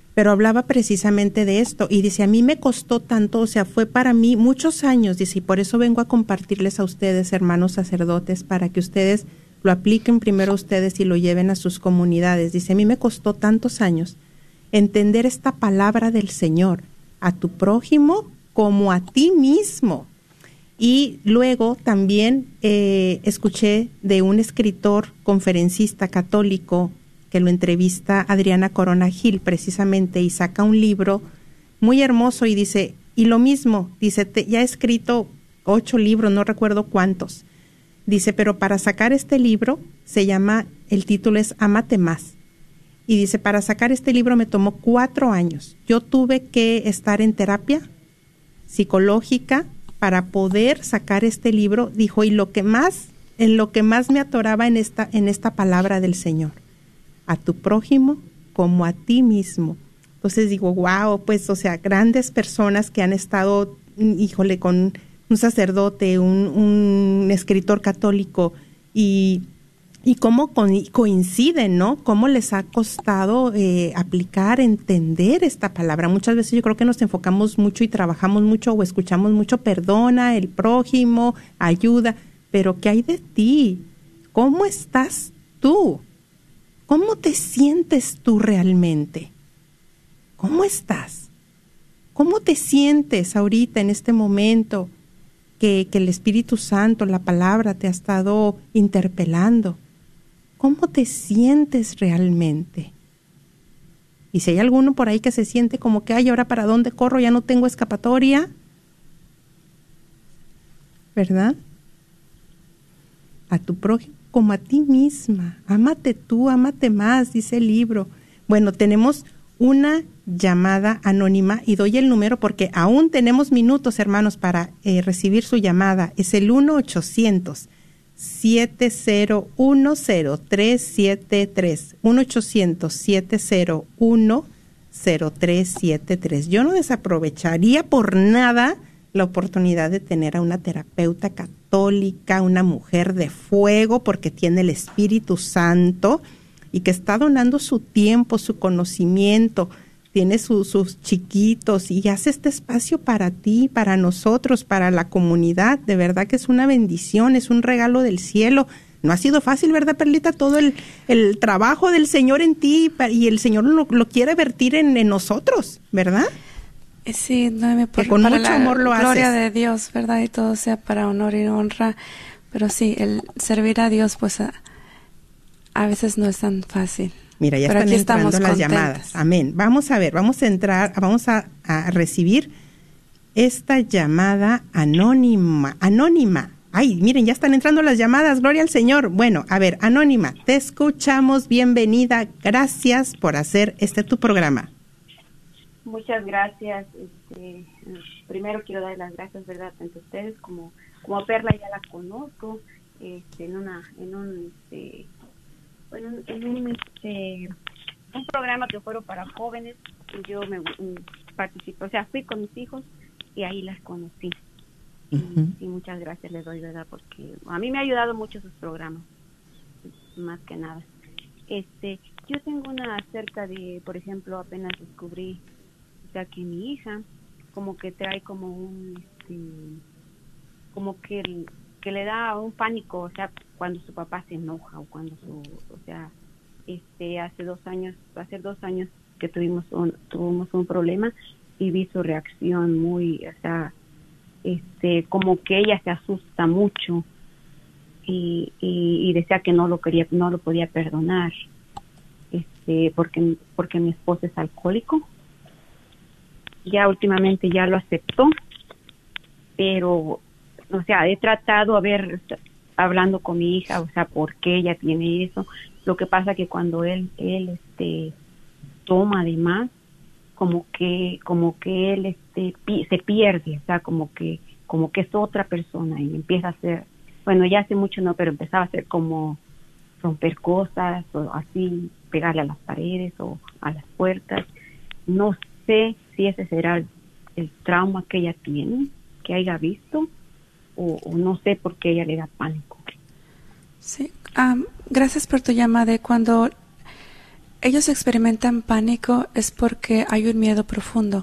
pero hablaba precisamente de esto y dice, a mí me costó tanto, o sea, fue para mí muchos años, dice, y por eso vengo a compartirles a ustedes, hermanos sacerdotes, para que ustedes lo apliquen primero a ustedes y lo lleven a sus comunidades. Dice, a mí me costó tantos años entender esta palabra del Señor, a tu prójimo como a ti mismo. Y luego también eh, escuché de un escritor, conferencista católico, que lo entrevista Adriana Corona Gil precisamente, y saca un libro muy hermoso y dice, y lo mismo, dice, te, ya he escrito ocho libros, no recuerdo cuántos. Dice, pero para sacar este libro, se llama, el título es Ámate Más. Y dice, para sacar este libro me tomó cuatro años. Yo tuve que estar en terapia psicológica para poder sacar este libro. Dijo, y lo que más, en lo que más me atoraba en esta, en esta palabra del Señor, a tu prójimo como a ti mismo. Entonces digo, wow, pues, o sea, grandes personas que han estado, híjole, con un sacerdote, un, un escritor católico, y, y cómo co- coinciden, ¿no? Cómo les ha costado eh, aplicar, entender esta palabra. Muchas veces yo creo que nos enfocamos mucho y trabajamos mucho o escuchamos mucho, perdona, el prójimo, ayuda, pero ¿qué hay de ti? ¿Cómo estás tú? ¿Cómo te sientes tú realmente? ¿Cómo estás? ¿Cómo te sientes ahorita en este momento que, que el Espíritu Santo, la palabra te ha estado interpelando? ¿Cómo te sientes realmente? Y si hay alguno por ahí que se siente como que, ay, ¿ahora para dónde corro? Ya no tengo escapatoria, ¿verdad? A tu prójimo como a ti misma. Ámate tú, ámate más, dice el libro. Bueno, tenemos una llamada anónima y doy el número porque aún tenemos minutos, hermanos, para eh, recibir su llamada. Es el uno ochocientos, siete cero uno, cero tres siete tres. uno ochocientos, siete cero uno, cero tres siete tres. Yo no desaprovecharía por nada la oportunidad de tener a una terapeuta católica, una mujer de fuego, porque tiene el Espíritu Santo y que está donando su tiempo, su conocimiento, tiene su, sus chiquitos y hace este espacio para ti, para nosotros, para la comunidad. De verdad que es una bendición, es un regalo del cielo. No ha sido fácil, ¿verdad, Perlita? Todo el, el trabajo del Señor en ti y el Señor lo, lo quiere vertir en, en nosotros, ¿verdad? Sí, Noemi, por, que con para mucho la amor lo gloria haces. de Dios, ¿verdad? Y todo sea para honor y honra. Pero sí, el servir a Dios, pues a, a veces no es tan fácil. Mira, ya Pero están aquí entrando estamos las contentas. llamadas. Amén. Vamos a ver, vamos a entrar, vamos a, a recibir esta llamada anónima. Anónima. Ay, miren, ya están entrando las llamadas. Gloria al Señor. Bueno, a ver, anónima, te escuchamos. Bienvenida. Gracias por hacer este tu programa. Muchas gracias. Este, primero quiero dar las gracias, verdad, tanto a ustedes como como a Perla, ya la conozco, este, en una en un este, bueno, en un este, un programa que fueron para jóvenes. Y yo me um, participé, o sea, fui con mis hijos y ahí las conocí. Uh-huh. Y, y muchas gracias les doy, verdad, porque a mí me ha ayudado mucho sus programas, más que nada. Este, yo tengo una acerca de, por ejemplo, apenas descubrí, o sea, que mi hija como que trae como un, este, como que, que le da un pánico, o sea, cuando su papá se enoja o cuando su, o sea, este, hace dos años, hace dos años que tuvimos un, tuvimos un problema y vi su reacción muy, o sea, este, como que ella se asusta mucho y, y, y decía que no lo quería, no lo podía perdonar, este, porque, porque mi esposo es alcohólico. Ya últimamente ya lo aceptó, pero, o sea, he tratado a ver, hablando con mi hija, o sea, por qué ella tiene eso. Lo que pasa que cuando él, él, este, toma de más, como que, como que él, este, pi- se pierde, o sea, como que, como que es otra persona y empieza a hacer, bueno, ya hace mucho no, pero empezaba a hacer como romper cosas o así, pegarle a las paredes o a las puertas. No sé si ese será el, el trauma que ella tiene, que haya visto, o, o no sé por qué ella le da pánico. Sí, um, gracias por tu llamada. Cuando ellos experimentan pánico es porque hay un miedo profundo,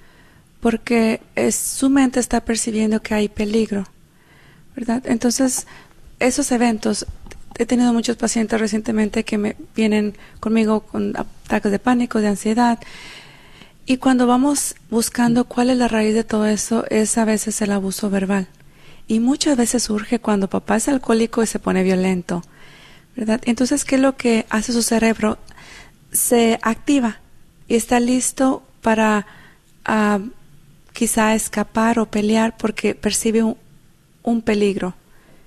porque es, su mente está percibiendo que hay peligro, ¿verdad? Entonces, esos eventos, he tenido muchos pacientes recientemente que me vienen conmigo con ataques de pánico, de ansiedad, y cuando vamos buscando cuál es la raíz de todo eso, es a veces el abuso verbal. Y muchas veces surge cuando papá es alcohólico y se pone violento, ¿verdad? Entonces, ¿qué es lo que hace su cerebro? Se activa y está listo para uh, quizá escapar o pelear porque percibe un, un peligro.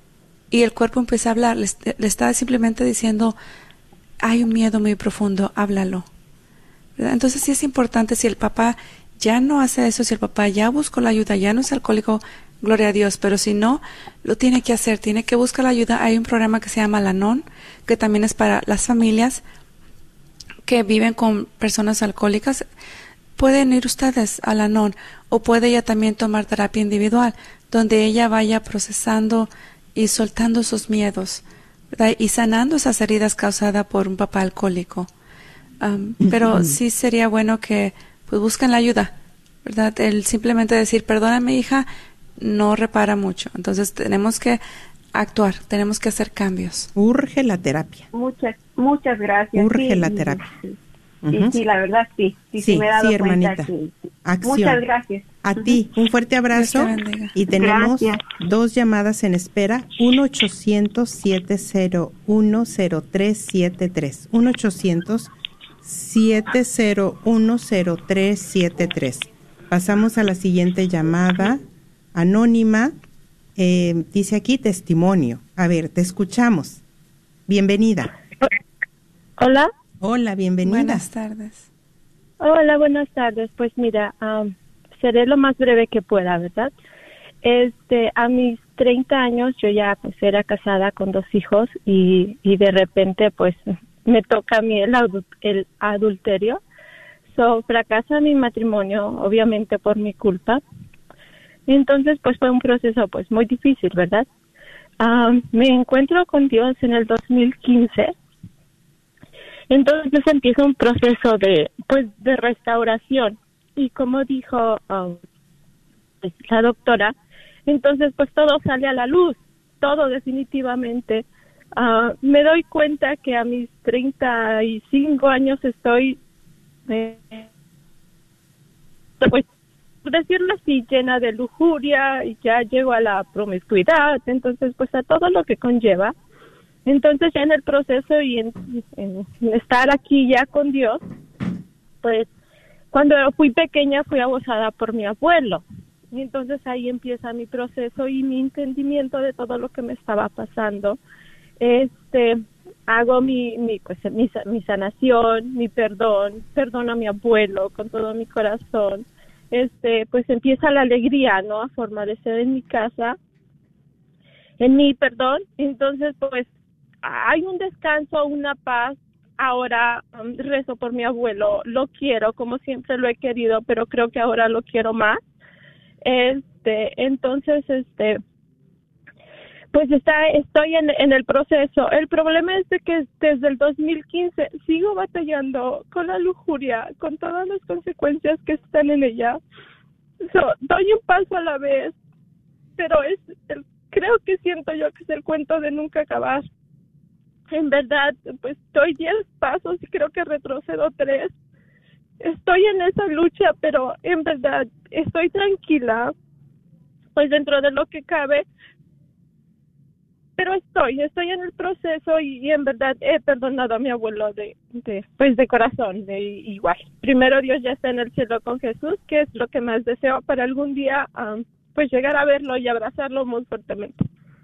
Y el cuerpo empieza a hablar, le, le está simplemente diciendo, hay un miedo muy profundo, háblalo, ¿verdad? Entonces sí es importante, si el papá ya no hace eso, si el papá ya buscó la ayuda, ya no es alcohólico, gloria a Dios, pero si no, lo tiene que hacer, tiene que buscar la ayuda. Hay un programa que se llama Al-Anon, que también es para las familias que viven con personas alcohólicas. Pueden ir ustedes al Al-Anon, o puede ella también tomar terapia individual, donde ella vaya procesando y soltando sus miedos, ¿verdad? Y sanando esas heridas causadas por un papá alcohólico. Um, pero sí sería bueno que pues busquen la ayuda, ¿verdad? El simplemente decir, perdóname, hija, no repara mucho. Entonces tenemos que actuar, tenemos que hacer cambios. Urge la terapia. Muchas, muchas gracias. Urge sí, la terapia. Sí, uh-huh. sí, la verdad sí. Sí, sí, sí, me he dado sí, hermanita. cuenta que, sí. Acción. Muchas gracias. A uh-huh. ti, un fuerte abrazo. Y tenemos gracias. dos llamadas en espera. uno ochocientos, siete cero uno, cero tres siete tres. uno ochocientos, siete cero uno, cero tres siete tres. Pasamos a la siguiente llamada. Anónima, eh, dice aquí testimonio. A ver, te escuchamos. Bienvenida. Hola. Hola, bienvenida. Buenas tardes. Hola, buenas tardes. Pues mira, um, seré lo más breve que pueda, ¿verdad? Este, a mis treinta años yo ya pues era casada con dos hijos y, y de repente pues me toca a mí el, el adulterio. So, fracasa mi matrimonio, obviamente por mi culpa. Entonces, pues fue un proceso pues muy difícil, ¿verdad? Um, me encuentro con Dios en el dos mil quince. Entonces empieza un proceso de pues de restauración. Y como dijo um, pues, la doctora, entonces pues todo sale a la luz, todo definitivamente. Uh, me doy cuenta que a mis treinta y cinco años estoy, eh, pues, decirlo así, llena de lujuria, y ya llego a la promiscuidad, entonces pues a todo lo que conlleva. Entonces ya en el proceso y en, en, en estar aquí ya con Dios, pues cuando fui pequeña fui abusada por mi abuelo, y entonces ahí empieza mi proceso y mi entendimiento de todo lo que me estaba pasando. Este, hago mi, mi pues mi, mi sanación, mi perdón, perdono a mi abuelo con todo mi corazón. Este, pues empieza la alegría, ¿no?, a fortalecer en mi casa, en mi perdón. Entonces, pues, hay un descanso, una paz. Ahora um, rezo por mi abuelo, lo quiero como siempre lo he querido, pero creo que ahora lo quiero más. Este, entonces, este, pues está, estoy en, en el proceso. El problema es de que desde el dos mil quince sigo batallando con la lujuria, con todas las consecuencias que están en ella. So, doy un paso a la vez, pero es el, creo que siento yo que es el cuento de nunca acabar. En verdad, pues doy diez pasos y creo que retrocedo tres. Estoy en esa lucha, pero en verdad estoy tranquila, pues dentro de lo que cabe. Pero estoy, estoy en el proceso y, y en verdad he perdonado a mi abuelo de, de pues de corazón, de igual. Primero Dios ya está en el cielo con Jesús, que es lo que más deseo para algún día, um, pues llegar a verlo y abrazarlo muy fuertemente.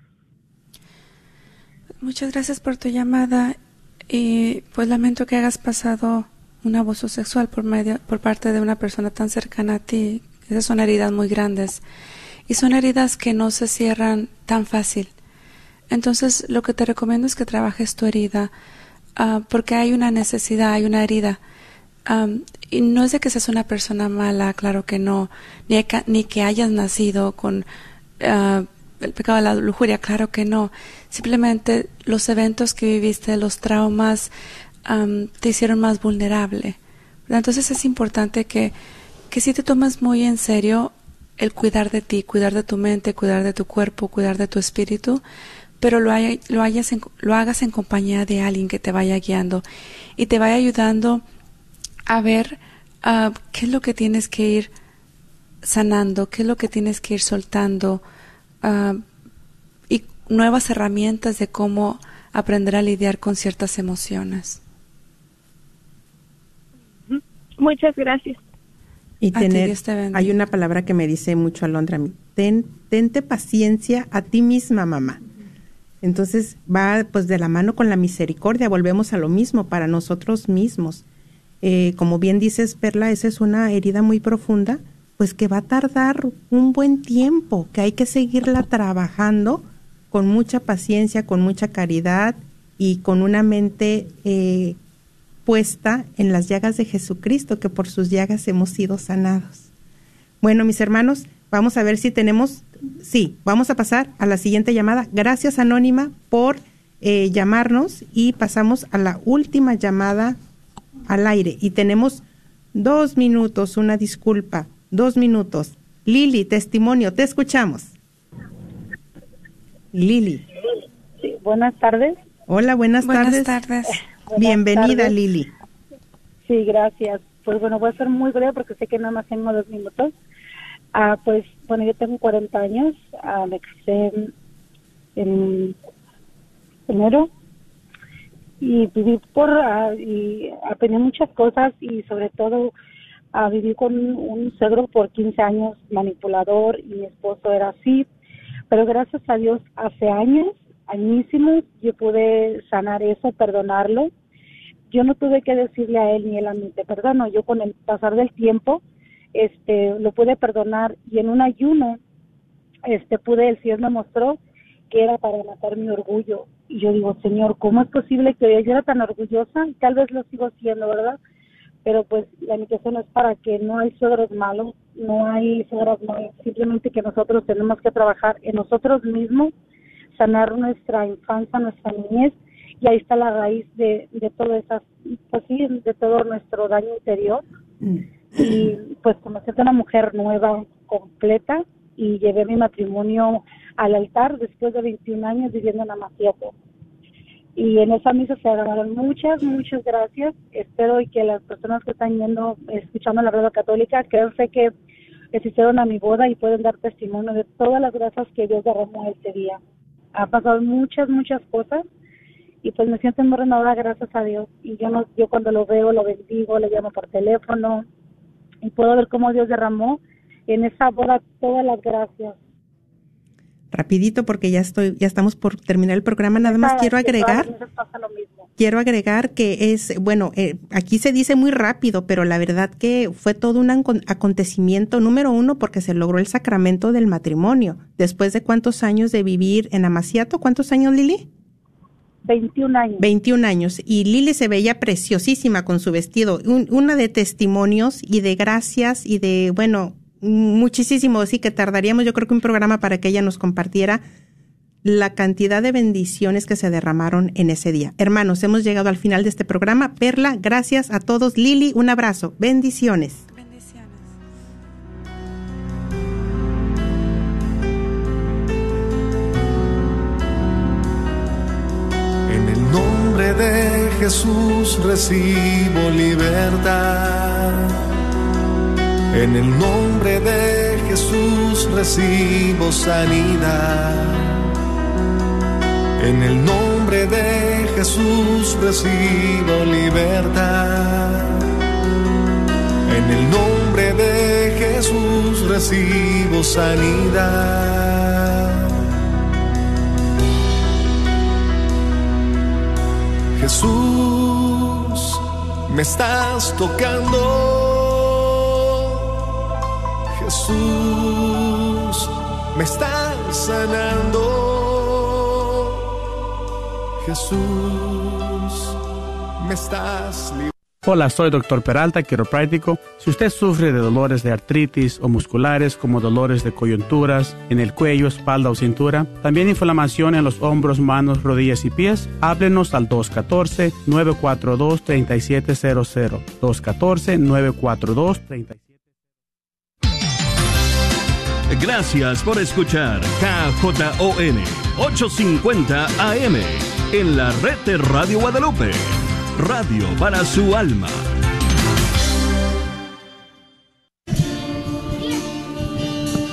Muchas gracias por tu llamada y pues lamento que hayas pasado un abuso sexual por medio, por parte de una persona tan cercana a ti. Esas son heridas muy grandes y son heridas que no se cierran tan fácil. Entonces, lo que te recomiendo es que trabajes tu herida, uh, porque hay una necesidad, hay una herida. Um, y no es de que seas una persona mala, claro que no, ni, que, ni que hayas nacido con uh, el pecado de la lujuria, claro que no. Simplemente los eventos que viviste, los traumas, um, te hicieron más vulnerable. ¿Verdad? Entonces es importante que, que sí te tomes muy en serio el cuidar de ti, cuidar de tu mente, cuidar de tu cuerpo, cuidar de tu espíritu, pero lo, hay, lo, hayas en, lo hagas en compañía de alguien que te vaya guiando y te vaya ayudando a ver uh, qué es lo que tienes que ir sanando, qué es lo que tienes que ir soltando, uh, y nuevas herramientas de cómo aprender a lidiar con ciertas emociones. Muchas gracias. Y A ti, tener, Dios te bendiga. hay una palabra que me dice mucho Alondra a mí, ten, tente paciencia a ti misma, mamá. Entonces va pues de la mano con la misericordia, volvemos a lo mismo para nosotros mismos. Eh, como bien dices, Perla, esa es una herida muy profunda, pues que va a tardar un buen tiempo, que hay que seguirla trabajando con mucha paciencia, con mucha caridad y con una mente eh, puesta en las llagas de Jesucristo, que por sus llagas hemos sido sanados. Bueno, mis hermanos, vamos a ver si tenemos, sí, vamos a pasar a la siguiente llamada. Gracias, Anónima, por eh, llamarnos, y pasamos a la última llamada al aire. Y tenemos dos minutos, una disculpa, dos minutos. Lili, testimonio, te escuchamos. Lili. Sí, buenas tardes. Hola, buenas, Buenas tardes. tardes. Buenas Bienvenida, tardes. Lili. Sí, gracias. Pues bueno, voy a ser muy breve porque sé que nada más tengo dos minutos. Ah, pues bueno, yo tengo cuarenta años, ah, me casé en, en enero y viví por, ah, y aprendí muchas cosas y sobre todo ah, viví con un suegro por quince años manipulador y mi esposo era así, pero gracias a Dios hace años, añísimos, yo pude sanar eso, perdonarlo. Yo no tuve que decirle a él ni él a mí te perdono, yo con el pasar del tiempo este lo pude perdonar y en un ayuno este pude, el Señor me mostró que era para matar mi orgullo y yo digo, Señor, ¿cómo es posible que yo era tan orgullosa? Y tal vez lo sigo siendo, ¿verdad? Pero pues la invitación es para que no hay suegros malos, no hay suegras malas, simplemente que nosotros tenemos que trabajar en nosotros mismos, sanar nuestra infancia, nuestra niñez, y ahí está la raíz de, de todo esas, pues sí, de todo nuestro daño interior. Y pues conocí a una mujer nueva, completa, y llevé mi matrimonio al altar después de veintiún años viviendo en Amaciato. Y en esa misa se agarraron muchas, muchas gracias. Espero y que las personas que están yendo, escuchando la radio católica, créanse que asistieron a mi boda y pueden dar testimonio de todas las gracias que Dios derramó ese día. Ha pasado muchas, muchas cosas y pues me siento muy renovada, gracias a Dios. Y yo no, yo cuando lo veo, lo bendigo, le llamo por teléfono y puedo ver cómo Dios derramó en esa boda todas las gracias. Rapidito, porque ya estoy, ya estamos por terminar el programa. Nada más quiero agregar, pasa lo mismo. quiero agregar que es, bueno, eh, aquí se dice muy rápido, pero la verdad que fue todo un acontecimiento, número uno, porque se logró el sacramento del matrimonio. Después de cuántos años de vivir en Amaciato, ¿cuántos años, Lili? veintiún años. veintiún años. Y Lili se veía preciosísima con su vestido. Un, una de testimonios y de gracias y de, bueno, muchísimo, sí que tardaríamos yo creo que un programa para que ella nos compartiera la cantidad de bendiciones que se derramaron en ese día. Hermanos, hemos llegado al final de este programa. Perla, gracias a todos. Lili, un abrazo. Bendiciones. Bendiciones. En el nombre de Jesús recibo libertad. En el nombre de Jesús recibo sanidad. En el nombre de Jesús recibo libertad. En el nombre de Jesús recibo sanidad. Jesús, me estás tocando. Jesús, me estás sanando. Jesús, me estás librando. Hola, soy doctor Peralta, quiropráctico. Si usted sufre de dolores de artritis o musculares como dolores de coyunturas en el cuello, espalda o cintura, también inflamación en los hombros, manos, rodillas y pies, háblenos al dos uno cuatro, nueve cuatro dos, tres siete cero cero. dos uno cuatro, nueve cuatro dos, tres siete cero cero. Gracias por escuchar K J O N ochocientos cincuenta A M en la red de Radio Guadalupe. Radio para su alma.